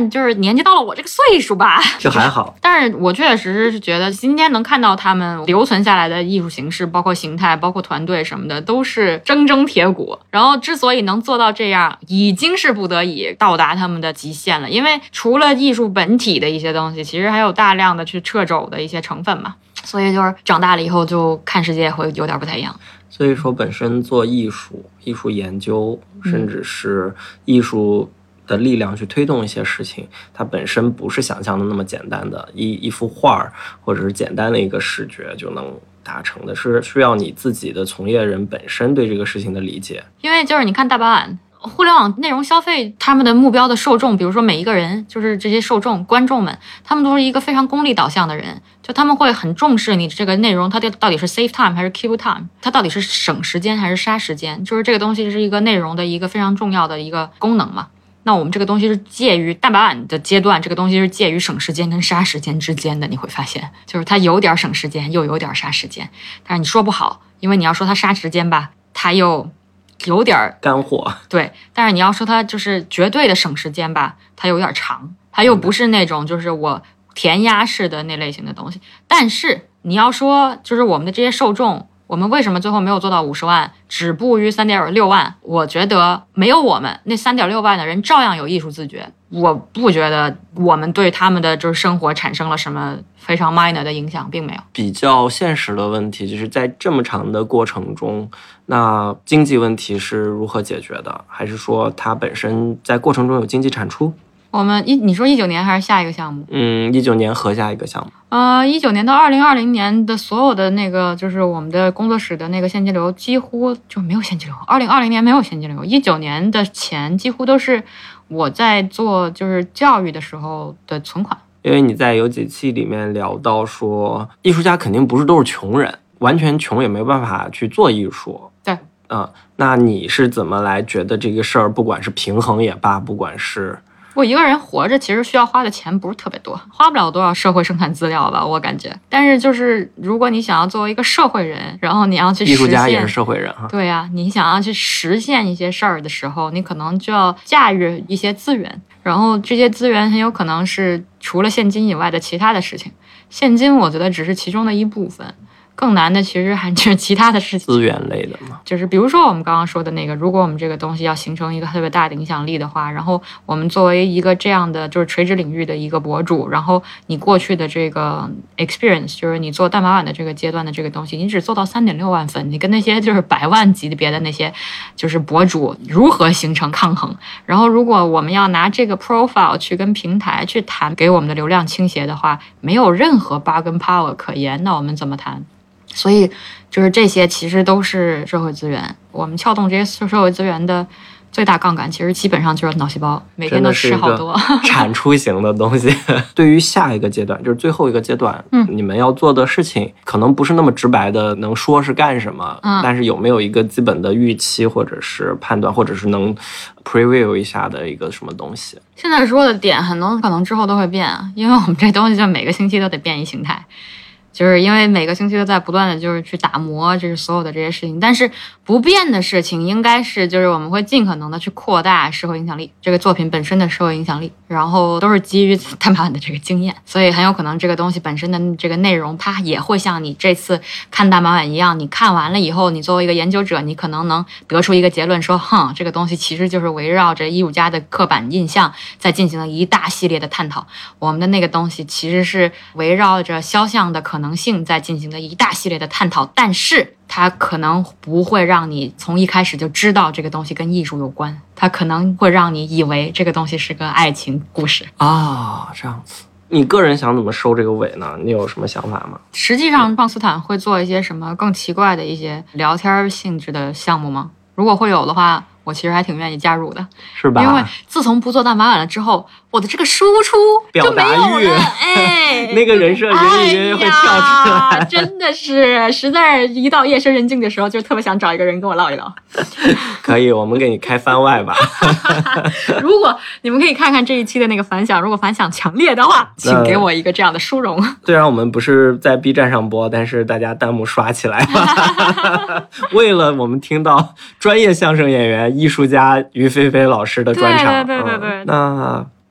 年纪到了我这个岁数吧， 就还好。 但是我确实是觉得今天能看到他们留存下来的艺术形式，包括形态，包括团队什么的，都是铮铮铁骨。然后之所以能做到这样，已经是不得已到达他们的极限了。因为除了艺术本体的一些东西，其实还有大量的去掣肘的一些成分嘛。所以就是长大了以后就看世界会有点不太一样。 所以说本身做艺术、艺术研究，甚至是艺术的力量去推动一些事情，它本身不是想象的那么简单的，一一幅画或者是简单的一个视觉就能达成的，是需要你自己的从业人本身对这个事情的理解。 因为就是你看大白碗互联网内容消费，他们的目标的受众，比如说每一个人，就是这些受众观众们，他们都是一个非常功利导向的人，就他们会很重视你这个内容，它到底是 save time 还是 kill time， 它到底是省时间还是杀时间，就是这个东西是一个内容的一个非常重要的一个功能嘛。那我们这个东西是介于大白碗的阶段，这个东西是介于省时间跟杀时间之间的，你会发现就是它有点省时间又有点杀时间，但是你说不好，因为你要说它杀时间吧，它又有点干货， 对，但是你要说它就是绝对的省时间吧，它有点长，它又不是那种就是我填鸭式的那类型的东西。但是你要说就是我们的这些受众，我们为什么最后没有做到五十万，止步于三点六万？我觉得没有我们那三点六万的人照样有艺术自觉，我不觉得我们对他们的就是生活产生了什么非常 minor 的影响，并没有。 比较现实的问题就是在这么长的过程中，那经济问题是如何解决的？还是说它本身在过程中有经济产出？ 我们一你说一九年还是下一个项目？ 嗯，一九年和下一个项目。 呃，一九年到二零二零年的所有的那个就是我们的工作室的那个现金流几乎就没有现金流，二零二零年没有现金流，一九年的钱几乎都是我在做就是教育的时候的存款。 因为你在有几期里面聊到说，艺术家肯定不是都是穷人，完全穷也没有办法去做艺术。 对， 嗯，那你是怎么来觉得这个事儿，不管是平衡也罢，不管是我一个人活着，其实需要花的钱不是特别多，花不了多少社会生产资料吧，我感觉。但是就是如果你想要作为一个社会人，然后你要去实现， 艺术家也是社会人哈。 对呀、啊，你想要去实现一些事儿的时候，你可能就要驾驭一些资源，然后这些资源很有可能是除了现金以外的其他的事情。现金我觉得只是其中的一部分。更难的其实还是其他的事情， 资源类的嘛， 就是比如说我们刚刚说的那个，如果我们这个东西要形成一个特别大的影响力的话，然后我们作为一个这样的就是垂直领域的一个博主，然后你过去的这个 experience， 就是你做大马碗的这个阶段的这个东西，你只做到三点六万粉，你跟那些就是百万级别的那些就是博主如何形成抗衡？然后如果我们要拿这个 profile 去跟平台去谈给我们的流量倾斜的话，没有任何 bargain power 可言，那我们怎么谈？所以就是这些其实都是社会资源，我们撬动这些社会资源的最大杠杆其实基本上就是脑细胞，每天都吃好多产出型的东西。对于下一个阶段，就是最后一个阶段，嗯，你们要做的事情可能不是那么直白的能说是干什么，嗯，但是有没有一个基本的预期或者是判断，或者是能 preview 一下的一个什么东西？ 现在说的点很多可能之后都会变，因为我们这东西就每个星期都得变一形态。就是因为每个星期都在不断的就是去打磨这是所有的这些事情，但是不变的事情应该是就是我们会尽可能的去扩大社会影响力，这个作品本身的社会影响力，然后都是基于大马碗的这个经验，所以很有可能这个东西本身的这个内容它也会像你这次看大马碗一样，你看完了以后，你作为一个研究者，你可能能得出一个结论说，哼，这个东西其实就是围绕着艺术家的刻板印象在进行了一大系列的探讨，我们的那个东西其实是围绕着肖像的可能可能性在进行的一大系列的探讨，但是它可能不会让你从一开始就知道这个东西跟艺术有关，它可能会让你以为这个东西是个爱情故事啊，这样子。你个人想怎么收这个尾呢？你有什么想法吗？ 实际上创斯坦会做一些什么更奇怪的一些聊天性质的项目吗？如果会有的话，我其实还挺愿意加入的， 是吧？ 因为自从不做大马碗了之后，我的这个输出就没有了，哎， 那个人设隐隐约约会跳出来， 哎，真的是，实在一到夜深人静的时候，就特别想找一个人跟我唠一唠。 可以，我们给你开番外吧。 如果你们可以看看这一期的那个反响，如果反响强烈的话，请给我一个这样的殊荣。 虽然我们不是在 B 站上播，但是大家弹幕刷起来吧。为了我们听到专业相声演员、艺术家于菲菲老师的专场， 对对对对对、 嗯。那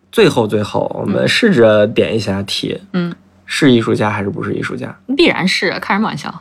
最后最后，我们试着点一下题， 嗯， 是艺术家还是不是艺术家？ 必然是，开什么玩笑？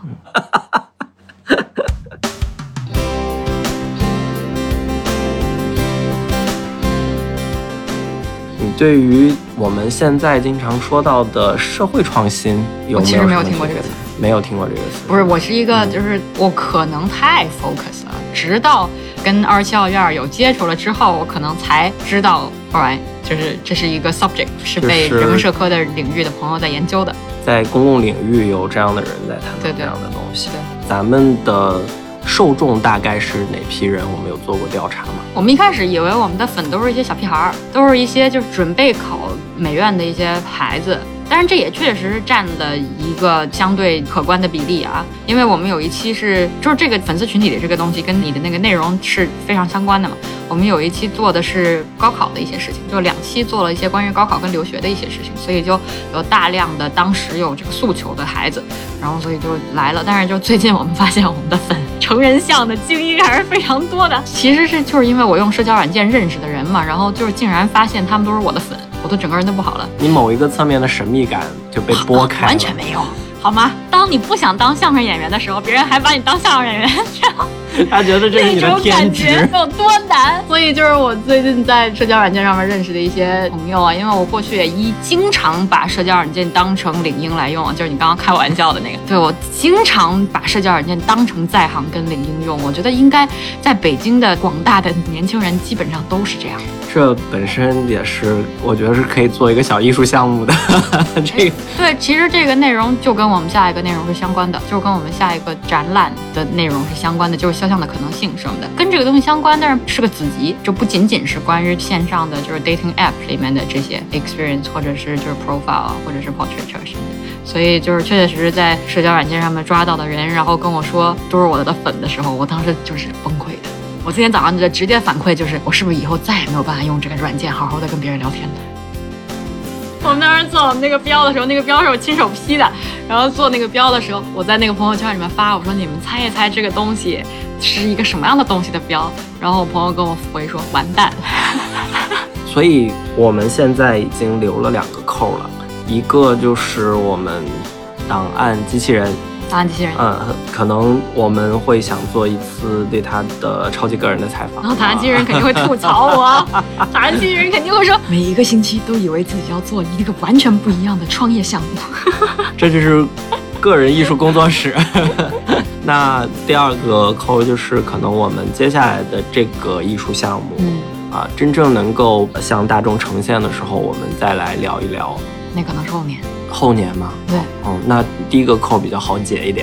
你对于我们现在经常说到的社会创新有没有？ 我其实没有听过这个词， 没有听过这个词。 不是，我是一个，就是我可能太 focus 了，直到跟二七奥院有接触了之后，我可能才知道 ，alright， 就是这是一个 subject， 是被人文社科的领域的朋友在研究的。 在公共领域有这样的人在谈论这样的东西。对，咱们的受众大概是哪批人？我们有做过调查吗？ 我们一开始以为我们的粉都是一些小屁孩，都是一些就是准备考美院的一些孩子。但是这也确实占了一个相对可观的比例啊，因为我们有一期是，就是这个粉丝群体的这个东西跟你的那个内容是非常相关的嘛。我们有一期做的是高考的一些事情，就两期做了一些关于高考跟留学的一些事情，所以就有大量的当时有这个诉求的孩子，然后所以就来了。但是就最近我们发现我们的粉成人向的精英还是非常多的，其实是就是因为我用社交软件认识的人嘛，然后就是竟然发现他们都是我的粉。我都整个人都不好了， 你某一个侧面的神秘感就被拨开了、 啊、完全没有，好吗？当你不想当相声演员的时候，别人还把你当相声演员，这样他觉得这是你的天职， 那种感觉有多难。所以就是我最近在社交软件上面认识的一些朋友啊，因为我过去也一经常把社交软件当成领英来用，就是你刚刚开玩笑的那个，对，我经常把社交软件当成在行跟领英用。我觉得应该在北京的广大的年轻人基本上都是这样。 这本身也是我觉得是可以做一个小艺术项目的这个对，其实这个内容就跟我们下一个内容是相关的，就是跟我们下一个展览的内容是相关的，就是肖像的可能性什么的，跟这个东西相关，但是是个子集，就不仅仅是关于线上的就是 dating app 里面的这些 experience， 或者是就是 profile 或者是 portraiture 什么的。所以就是确确实实在社交软件上面抓到的人，然后跟我说都是我的粉的时候，我当时就是崩溃的。我今天早上的直接反馈就是，我是不是以后再也没有办法用这个软件好好的跟别人聊天了？我们当时做我们那个标的时候，那个标是我亲手批的，然后做那个标的时候，我在那个朋友圈里面发，我说你们猜一猜这个东西是一个什么样的东西的标，然后我朋友跟我回说完蛋。 所以我们现在已经留了两个扣了，一个就是我们档案机器人。 档案机器人， 嗯，可能我们会想做一次对他的超级个人的采访， 然后档案机器人肯定会吐槽我，档案机器人肯定会说，每一个星期都以为自己要做一个完全不一样的创业项目， 这就是个人艺术工作室。那第二个扣就是可能我们接下来的这个艺术项目，嗯啊，真正能够向大众呈现的时候，我们再来聊一聊。 那可能是后年。 后年嘛， 对， 嗯，那第一个扣比较好解一点。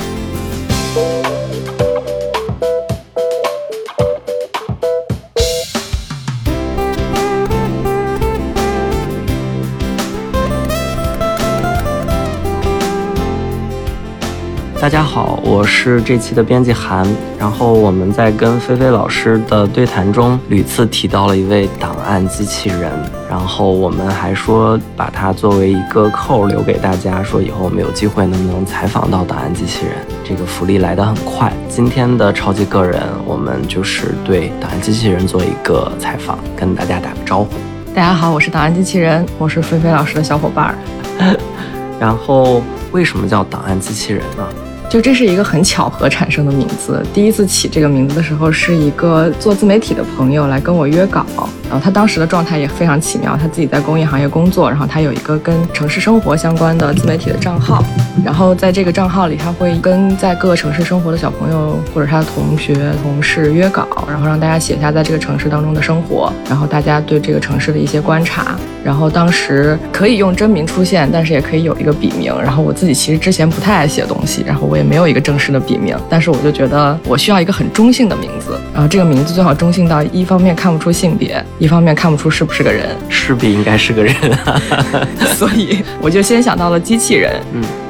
大家好，我是这期的编辑韩。然后我们在跟菲菲老师的对谈中屡次提到了一位档案机器人，然后我们还说把它作为一个扣留给大家，说以后我们有机会能不能采访到档案机器人。这个福利来得很快，今天的超级个人我们就是对档案机器人做一个采访，跟大家打个招呼。 大家好，我是档案机器人，我是菲菲老师的小伙伴。 然后为什么叫档案机器人呢？ 就这是一个很巧合产生的名字。第一次起这个名字的时候，是一个做自媒体的朋友来跟我约稿，然后他当时的状态也非常奇妙，他自己在公益行业工作，然后他有一个跟城市生活相关的自媒体的账号，然后在这个账号里，他会跟在各个城市生活的小朋友或者他的同学同事约稿，然后让大家写下在这个城市当中的生活，然后大家对这个城市的一些观察。然后当时可以用真名出现，但是也可以有一个笔名，然后我自己其实之前不太爱写东西，然后我也没有一个正式的笔名，但是我就觉得我需要一个很中性的名字，然后这个名字最好中性到一方面看不出性别，一方面看不出是不是个人， 势必应该是个人。 所以我就先想到了机器人。嗯，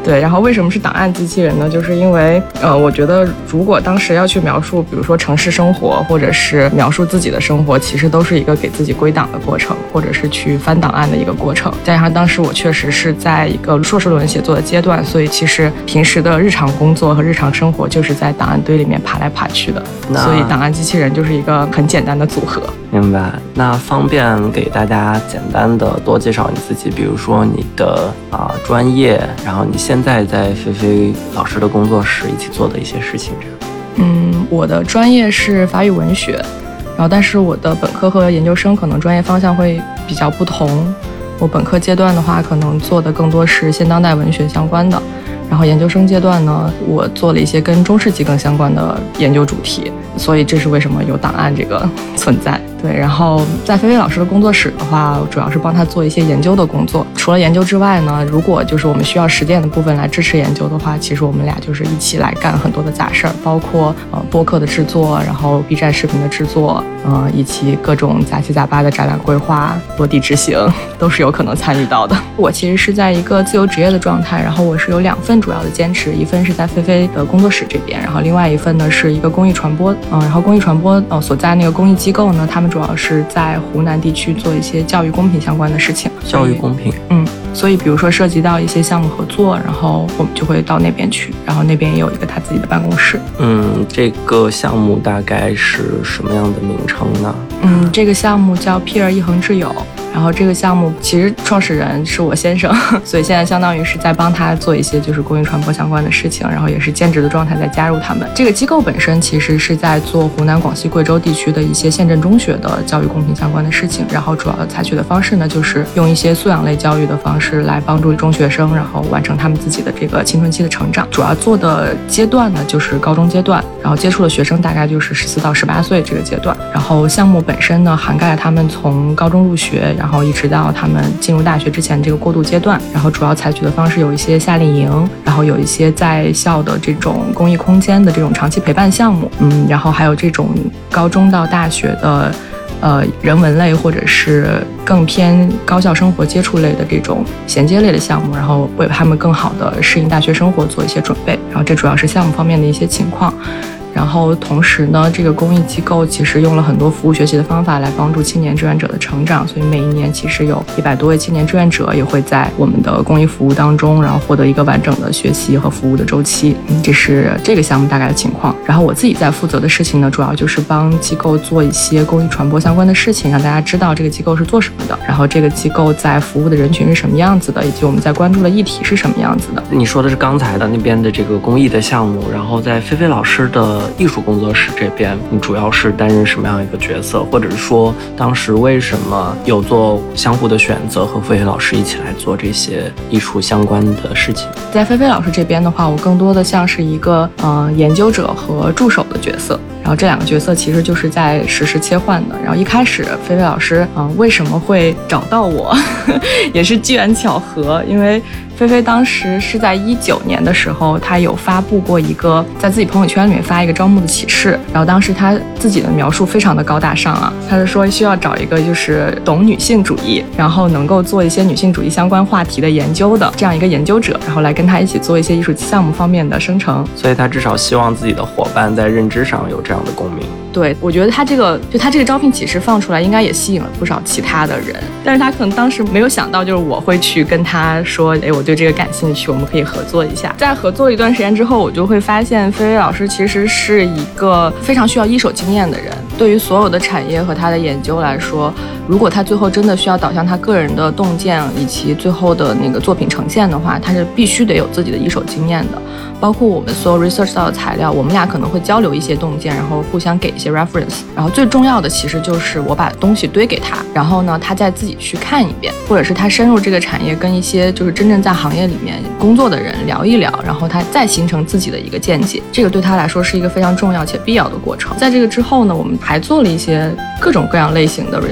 对，然后为什么是档案机器人呢？就是因为呃，我觉得如果当时要去描述，比如说城市生活，或者是描述自己的生活，其实都是一个给自己归档的过程，或者是去翻档案的一个过程。加上当时我确实是在一个硕士论文写作的阶段，所以其实平时的日常工作和日常生活就是在档案堆里面爬来爬去的，所以档案机器人就是一个很简单的组合。 明白。那方便给大家简单的多介绍你自己，比如说你的啊、呃、专业，然后你现在在菲菲老师的工作室一起做的一些事情，这样。 嗯，我的专业是法语文学，然后但是我的本科和研究生可能专业方向会比较不同。我本科阶段的话，可能做的更多是现当代文学相关的，然后研究生阶段呢，我做了一些跟中世纪更相关的研究主题，所以这是为什么有档案这个存在。对，然后在菲菲老师的工作室的话，主要是帮他做一些研究的工作。除了研究之外呢，如果就是我们需要实践的部分来支持研究的话，其实我们俩就是一起来干很多的杂事儿，包括呃播客的制作，然后 B 站视频的制作，呃以及各种杂七杂八的展览规划、落地执行，都是有可能参与到的。我其实是在一个自由职业的状态，然后我是有两份主要的坚持，一份是在菲菲的工作室这边，然后另外一份呢是一个公益传播，嗯、呃，然后公益传播呃所在那个公益机构呢，他们主要是在湖南地区做一些教育公平相关的事情。 教育公平， 嗯，所以比如说涉及到一些项目合作，然后我们就会到那边去，然后那边也有一个他自己的办公室。 嗯，这个项目大概是什么样的名称呢？ 嗯，这个项目叫 Peer 一恒之友。然后这个项目其实创始人是我先生，所以现在相当于是在帮他做一些就是公益传播相关的事情，然后也是兼职的状态在加入他们。这个机构本身其实是在做湖南、广西、贵州地区的一些县镇中学的教育公平相关的事情，然后主要采取的方式呢，就是用一些素养类教育的方式来帮助中学生，然后完成他们自己的这个青春期的成长。主要做的阶段呢就是高中阶段，然后接触的学生大概就是十四到十八岁这个阶段。然后项目本身呢涵盖了他们从高中入学，然后一直到他们进入大学之前这个过渡阶段，然后主要采取的方式有一些夏令营，然后有一些在校的这种公益空间的这种长期陪伴项目，嗯，然后还有这种高中到大学的呃人文类或者是更偏高校生活接触类的这种衔接类的项目，然后为他们更好的适应大学生活做一些准备，然后这主要是项目方面的一些情况。然后同时呢，这个公益机构其实用了很多服务学习的方法来帮助青年志愿者的成长，所以每一年其实有一百多位青年志愿者也会在我们的公益服务当中，然后获得一个完整的学习和服务的周期。嗯，这是这个项目大概的情况。然后我自己在负责的事情呢，主要就是帮机构做一些公益传播相关的事情，让大家知道这个机构是做什么的，然后这个机构在服务的人群是什么样子的，以及我们在关注的议题是什么样子的。 你说的是刚才的那边的这个公益的项目，然后在菲菲老师的艺术工作室这边，你主要是担任什么样一个角色，或者是说当时为什么有做相互的选择，和菲菲老师一起来做这些艺术相关的事情？在菲菲老师这边的话，我更多的像是一个呃研究者和助手的角色，然后这两个角色其实就是在实时切换的。然后一开始菲菲老师嗯、呃、为什么会找到我也是机缘巧合，因为菲菲当时是在一九年的时候，她有发布过一个在自己朋友圈里面发一个招募的启事，然后当时她自己的描述非常的高大上啊，她是说需要找一个就是懂女性主义，然后能够做一些女性主义相关话题的研究的这样一个研究者，然后来跟她一起做一些艺术项目方面的生成，所以她至少希望自己的伙伴在认知上有这样的共鸣。对，我觉得他这个就他这个招聘启事放出来，应该也吸引了不少其他的人，但是他可能当时没有想到，就是我会去跟他说，哎，我对这个感兴趣，我们可以合作一下。在合作一段时间之后，我就会发现菲菲老师其实是一个非常需要一手经验的人。对于所有的产业和他的研究来说，如果他最后真的需要导向他个人的洞见以及最后的那个作品呈现的话，他是必须得有自己的一手经验的。包括我们所有 research 到的材料，我们俩可能会交流一些洞见，然后互相给一些 reference， 然后最重要的其实就是我把东西堆给他，然后呢他再自己去看一遍，或者是他深入这个产业跟一些就是真正在行业里面工作的人聊一聊，然后他再形成自己的一个见解，这个对他来说是一个非常重要且必要的过程。在这个之后呢，我们还做了一些各种各样类型的 research， 但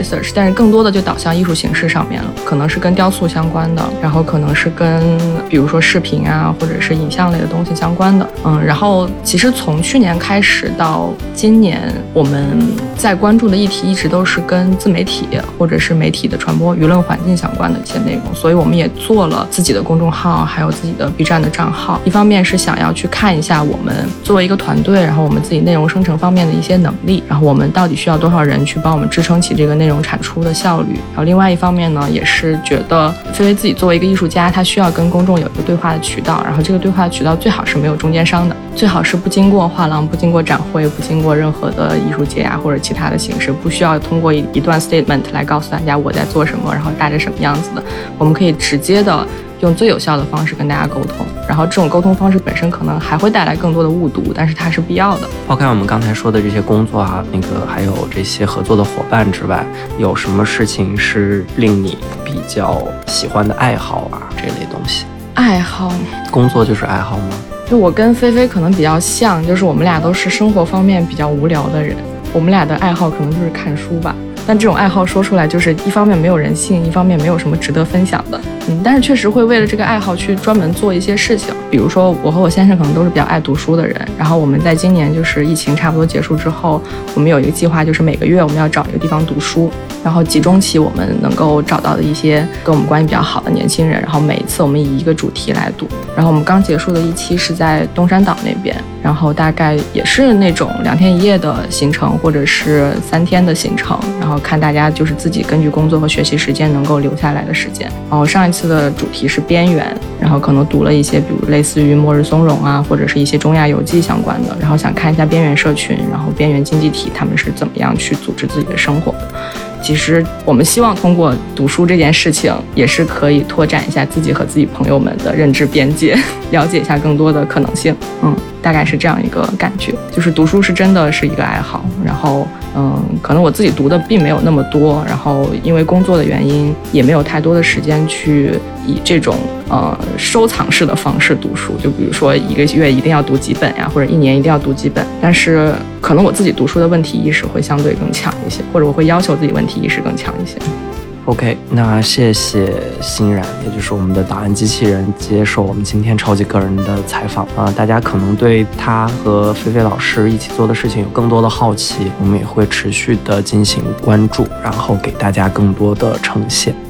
但是更多的就导向艺术形式上面了，可能是跟雕塑相关的，然后可能是跟比如说视频啊或者是影像类的东西相关的。嗯，然后其实从去年开始到今年，我们在关注的议题一直都是跟自媒体或者是媒体的传播、舆论环境相关的一些内容，所以我们也做了自己的公众号，还有自己的 B 站的账号。一方面是想要去看一下我们作为一个团队，然后我们自己内容生成方面的一些能力，然后我们到底需要多少人去帮我们支撑起这个内容产出的效率。然后另外一方面呢，也是觉得菲菲自己作为一个艺术家，他需要跟公众有一个对话的渠道，然后这个对话的渠道最好是没有中间商的，最好是不经过画廊、不经过展会、不经过任何的艺术节啊或者其他的形式，不需要通过一一段 statement 来告诉大家我在做什么，然后大致什么样子的，我们可以直接的用最有效的方式跟大家沟通，然后这种沟通方式本身可能还会带来更多的误读，但是它是必要的。 抛开我们刚才说的这些工作啊，那个还有这些合作的伙伴之外，有什么事情是令你比较喜欢的爱好啊这类东西？ 爱好， 工作就是爱好吗？ 就我跟菲菲可能比较像，就是我们俩都是生活方面比较无聊的人，我们俩的爱好可能就是看书吧。但这种爱好说出来，就是一方面没有人性，一方面没有什么值得分享的。嗯，但是确实会为了这个爱好去专门做一些事情。比如说，我和我先生可能都是比较爱读书的人，然后我们在今年就是疫情差不多结束之后，我们有一个计划，就是每个月我们要找一个地方读书，然后集中起我们能够找到的一些跟我们关系比较好的年轻人，然后每一次我们以一个主题来读。然后我们刚结束的一期是在东山岛那边，然后大概也是那种两天一夜的行程，或者是三天的行程，然后看大家就是自己根据工作和学习时间能够留下来的时间。然后上一次的主题是边缘，然后可能读了一些比如类似于末日松茸啊，或者是一些中亚游记相关的，然后想看一下边缘社群，然后边缘经济体他们是怎么样去组织自己的生活的。其实我们希望通过读书这件事情，也是可以拓展一下自己和自己朋友们的认知边界，了解一下更多的可能性。嗯，大概是这样一个感觉，就是读书是真的是一个爱好。然后，嗯，可能我自己读的并没有那么多，然后因为工作的原因，也没有太多的时间去以这种呃收藏式的方式读书。就比如说一个月一定要读几本呀，或者一年一定要读几本。但是可能我自己读书的问题意识会相对更强一些，或者我会要求自己问题意识更强一些。 OK， 那谢谢欣然，也就是我们的档案机器人，接受我们今天超级个人的采访啊、呃。大家可能对他和菲菲老师一起做的事情有更多的好奇，我们也会持续的进行关注，然后给大家更多的呈现。